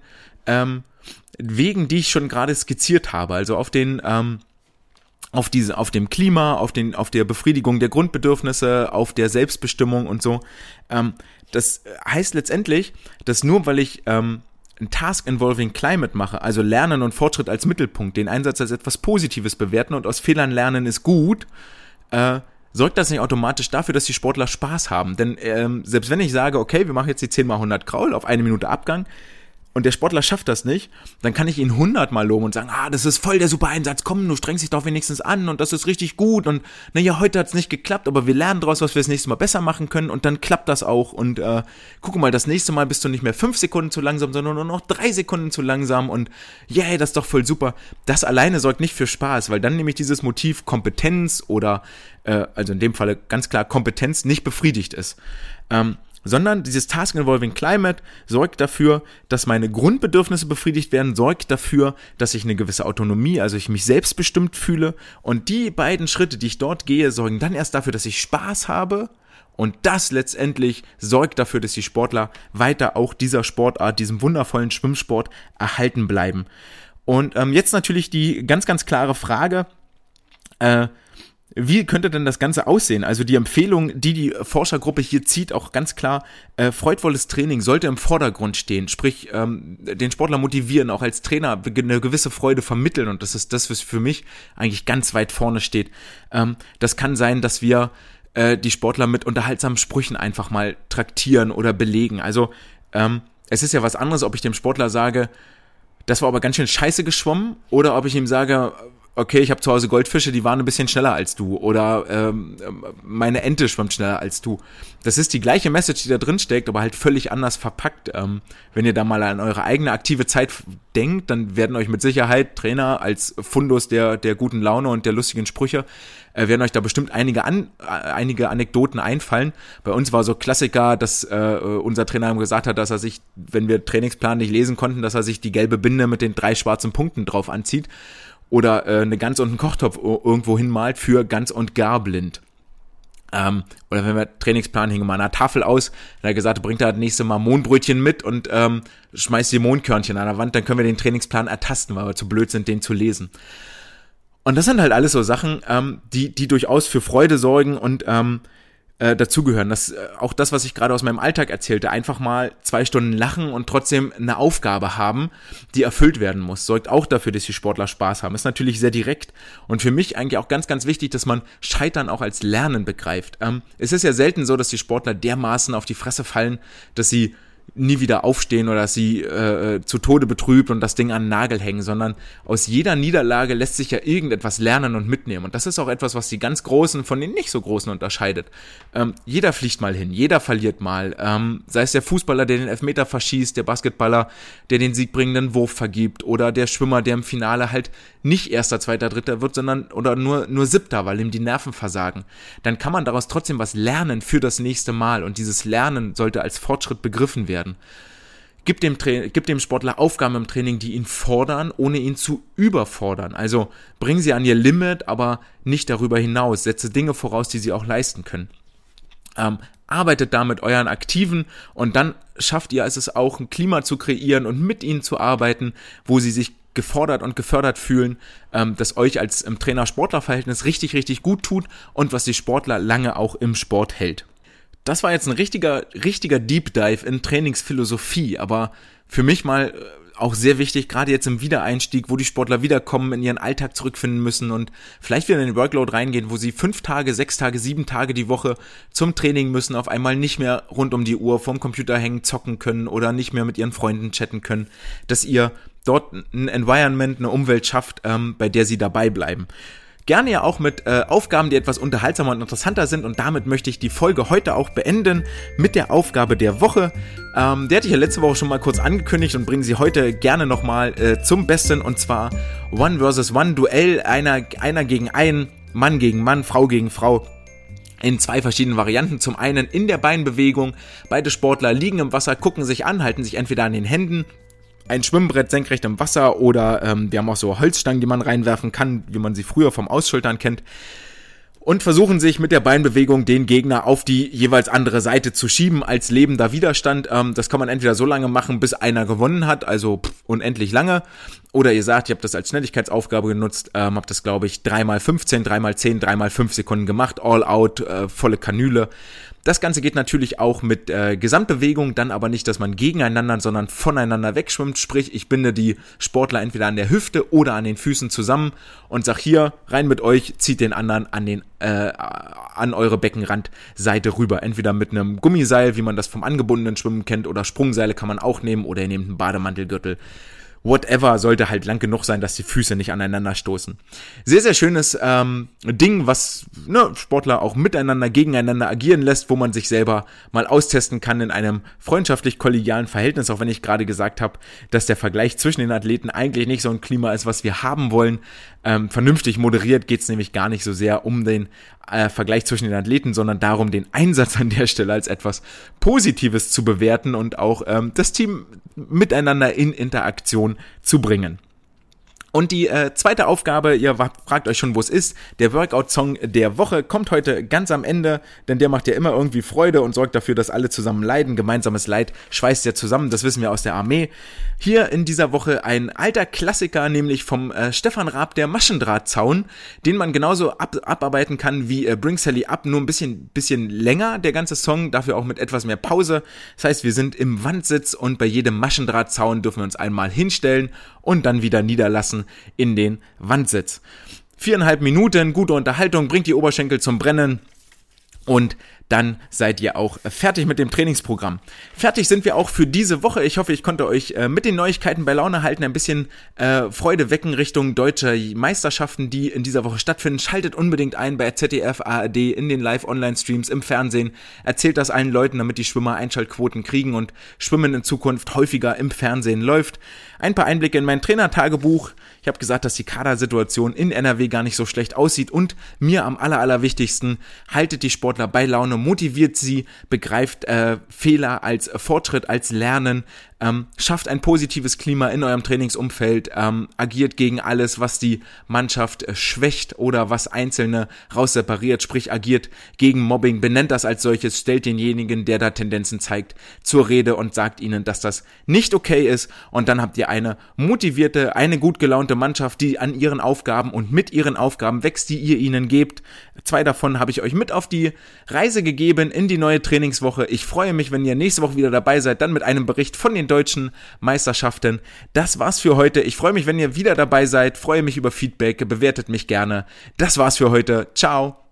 Wegen, die ich schon gerade skizziert habe, also auf den auf dem Klima, auf der Befriedigung der Grundbedürfnisse, auf der Selbstbestimmung und so. Das heißt letztendlich, dass nur weil ich ein Task Involving Climate mache, also Lernen und Fortschritt als Mittelpunkt, den Einsatz als etwas Positives bewerten und aus Fehlern lernen ist gut, sorgt das nicht automatisch dafür, dass die Sportler Spaß haben. Denn selbst wenn ich sage, okay, wir machen jetzt die 10x100 Kraul auf 1 Minute Abgang, und der Sportler schafft das nicht, dann kann ich ihn 100-mal loben und sagen, das ist voll der super Einsatz, komm, du strengst dich doch wenigstens an und das ist richtig gut und naja, heute hat's nicht geklappt, aber wir lernen daraus, was wir das nächste Mal besser machen können und dann klappt das auch und guck mal, das nächste Mal bist du nicht mehr 5 Sekunden zu langsam, sondern nur noch 3 Sekunden zu langsam und yay, das ist doch voll super. Das alleine sorgt nicht für Spaß, weil dann nämlich dieses Motiv Kompetenz oder, also in dem Falle ganz klar Kompetenz nicht befriedigt ist. Sondern dieses Task Involving Climate sorgt dafür, dass meine Grundbedürfnisse befriedigt werden, sorgt dafür, dass ich eine gewisse Autonomie, also ich mich selbstbestimmt fühle und die beiden Schritte, die ich dort gehe, sorgen dann erst dafür, dass ich Spaß habe und das letztendlich sorgt dafür, dass die Sportler weiter auch dieser Sportart, diesem wundervollen Schwimmsport erhalten bleiben. Und jetzt natürlich die ganz, ganz klare Frage, wie könnte denn das Ganze aussehen? Also die Empfehlung, die Forschergruppe hier zieht, auch ganz klar, freudvolles Training sollte im Vordergrund stehen, sprich den Sportler motivieren, auch als Trainer eine gewisse Freude vermitteln und das ist das, was für mich eigentlich ganz weit vorne steht. Das kann sein, dass wir die Sportler mit unterhaltsamen Sprüchen einfach mal traktieren oder belegen. Also es ist ja was anderes, ob ich dem Sportler sage, das war aber ganz schön scheiße geschwommen oder ob ich ihm sage, okay, ich habe zu Hause Goldfische, die waren ein bisschen schneller als du oder meine Ente schwimmt schneller als du. Das ist die gleiche Message, die da drin steckt, aber halt völlig anders verpackt. Wenn ihr da mal an eure eigene aktive Zeit denkt, dann werden euch mit Sicherheit Trainer als Fundus der guten Laune und der lustigen Sprüche, werden euch da bestimmt einige Anekdoten einfallen. Bei uns war so Klassiker, dass unser Trainer gesagt hat, dass er sich, wenn wir Trainingsplan nicht lesen konnten, dass er sich die gelbe Binde mit den 3 schwarzen Punkten drauf anzieht. Oder eine Gans und einen Kochtopf irgendwo hinmalt für ganz und gar blind. Oder wenn wir Trainingsplan hingen mal an einer Tafel aus, da hat er gesagt, bringt er das nächste Mal Mohnbrötchen mit und schmeißt die Mohnkörnchen an der Wand, dann können wir den Trainingsplan ertasten, weil wir zu blöd sind, den zu lesen. Und das sind halt alles so Sachen, die durchaus für Freude sorgen und dazugehören. Auch das, was ich gerade aus meinem Alltag erzählte, einfach mal 2 Stunden lachen und trotzdem eine Aufgabe haben, die erfüllt werden muss, sorgt auch dafür, dass die Sportler Spaß haben. Ist natürlich sehr direkt und für mich eigentlich auch ganz, ganz wichtig, dass man Scheitern auch als Lernen begreift. Es ist ja selten so, dass die Sportler dermaßen auf die Fresse fallen, dass sie nie wieder aufstehen oder dass sie zu Tode betrübt und das Ding an den Nagel hängen, sondern aus jeder Niederlage lässt sich ja irgendetwas lernen und mitnehmen. Und das ist auch etwas, was die ganz Großen von den nicht so Großen unterscheidet. Jeder fliegt mal hin, jeder verliert mal. Sei es der Fußballer, der den Elfmeter verschießt, der Basketballer, der den siegbringenden Wurf vergibt oder der Schwimmer, der im Finale halt nicht Erster, Zweiter, Dritter wird, sondern oder nur Siebter, weil ihm die Nerven versagen. Dann kann man daraus trotzdem was lernen für das nächste Mal und dieses Lernen sollte als Fortschritt begriffen werden. Gib dem Sportler Aufgaben im Training, die ihn fordern, ohne ihn zu überfordern. Also bring sie an ihr Limit, aber nicht darüber hinaus. Setze Dinge voraus, die sie auch leisten können. Arbeitet da mit euren Aktiven und dann schafft ihr es auch, ein Klima zu kreieren und mit ihnen zu arbeiten, wo sie sich gefordert und gefördert fühlen, das euch als im Trainer-Sportler-Verhältnis richtig, richtig gut tut und was die Sportler lange auch im Sport hält. Das war jetzt ein richtiger Deep Dive in Trainingsphilosophie, aber für mich mal auch sehr wichtig, gerade jetzt im Wiedereinstieg, wo die Sportler wiederkommen, in ihren Alltag zurückfinden müssen und vielleicht wieder in den Workload reingehen, wo sie 5 Tage, 6 Tage, 7 Tage die Woche zum Training müssen, auf einmal nicht mehr rund um die Uhr vorm Computer hängen, zocken können oder nicht mehr mit ihren Freunden chatten können, dass ihr dort ein Environment, eine Umwelt schafft, bei der sie dabei bleiben. Gerne ja auch mit Aufgaben, die etwas unterhaltsamer und interessanter sind und damit möchte ich die Folge heute auch beenden mit der Aufgabe der Woche. Die hatte ich ja letzte Woche schon mal kurz angekündigt und bringe sie heute gerne nochmal zum Besten und zwar One vs. One Duell, einer gegen einen, Mann gegen Mann, Frau gegen Frau. In 2 verschiedenen Varianten. Zum einen in der Beinbewegung. Beide Sportler liegen im Wasser, gucken sich an, halten sich entweder an den Händen, ein Schwimmbrett senkrecht im Wasser oder wir haben auch so Holzstangen, die man reinwerfen kann, wie man sie früher vom Ausschultern kennt. Und versuchen sich mit der Beinbewegung den Gegner auf die jeweils andere Seite zu schieben als lebender Widerstand. Das kann man entweder so lange machen, bis einer gewonnen hat, also unendlich lange. Oder ihr sagt, ihr habt das als Schnelligkeitsaufgabe genutzt, habt das glaube ich 3x15, 3x10, 3x5 Sekunden gemacht, all out, volle Kanüle. Das Ganze geht natürlich auch mit Gesamtbewegung, dann aber nicht, dass man gegeneinander, sondern voneinander wegschwimmt. Sprich, ich binde die Sportler entweder an der Hüfte oder an den Füßen zusammen und sag hier, rein mit euch, zieht den anderen an eure Beckenrandseite rüber. Entweder mit einem Gummiseil, wie man das vom angebundenen Schwimmen kennt, oder Sprungseile kann man auch nehmen oder ihr nehmt einen Bademantelgürtel. Whatever, sollte halt lang genug sein, dass die Füße nicht aneinander stoßen. Sehr, sehr schönes Ding, was Sportler auch miteinander, gegeneinander agieren lässt, wo man sich selber mal austesten kann in einem freundschaftlich-kollegialen Verhältnis, auch wenn ich gerade gesagt habe, dass der Vergleich zwischen den Athleten eigentlich nicht so ein Klima ist, was wir haben wollen. Vernünftig moderiert geht es nämlich gar nicht so sehr um den Vergleich zwischen den Athleten, sondern darum, den Einsatz an der Stelle als etwas Positives zu bewerten und auch das Team miteinander in Interaktion zu bringen. Und die zweite Aufgabe, ihr fragt euch schon, wo es ist, der Workout-Song der Woche kommt heute ganz am Ende, denn der macht ja immer irgendwie Freude und sorgt dafür, dass alle zusammen leiden. Gemeinsames Leid schweißt ja zusammen, das wissen wir aus der Armee. Hier in dieser Woche ein alter Klassiker, nämlich vom Stefan Raab, der Maschendrahtzaun, den man genauso abarbeiten kann wie Bring Sally Up, nur ein bisschen länger, der ganze Song, dafür auch mit etwas mehr Pause. Das heißt, wir sind im Wandsitz und bei jedem Maschendrahtzaun dürfen wir uns einmal hinstellen und dann wieder niederlassen in den Wandsitz. 4,5 Minuten, gute Unterhaltung, bringt die Oberschenkel zum Brennen und dann seid ihr auch fertig mit dem Trainingsprogramm. Fertig sind wir auch für diese Woche. Ich hoffe, ich konnte euch mit den Neuigkeiten bei Laune halten, ein bisschen Freude wecken Richtung deutscher Meisterschaften, die in dieser Woche stattfinden. Schaltet unbedingt ein bei ZDF, ARD, in den Live-Online-Streams, im Fernsehen. Erzählt das allen Leuten, damit die Schwimmer Einschaltquoten kriegen und Schwimmen in Zukunft häufiger im Fernsehen läuft. Ein paar Einblicke in mein Trainertagebuch. Ich habe gesagt, dass die Kadersituation in NRW gar nicht so schlecht aussieht und mir am allerwichtigsten, haltet die Sportler bei Laune, motiviert sie, begreift Fehler als Fortschritt, als Lernen, schafft ein positives Klima in eurem Trainingsumfeld, agiert gegen alles, was die Mannschaft schwächt oder was Einzelne raussepariert, sprich agiert gegen Mobbing, benennt das als solches, stellt denjenigen, der da Tendenzen zeigt, zur Rede und sagt ihnen, dass das nicht okay ist und dann habt ihr eine motivierte, eine gut gelaunte Mannschaft, die an ihren Aufgaben und mit ihren Aufgaben wächst, die ihr ihnen gebt. 2 davon habe ich euch mit auf die Reise gegeben in die neue Trainingswoche. Ich freue mich, wenn ihr nächste Woche wieder dabei seid, dann mit einem Bericht von den deutschen Meisterschaften. Das war's für heute. Ich freue mich, wenn ihr wieder dabei seid, freue mich über Feedback, bewertet mich gerne. Das war's für heute. Ciao.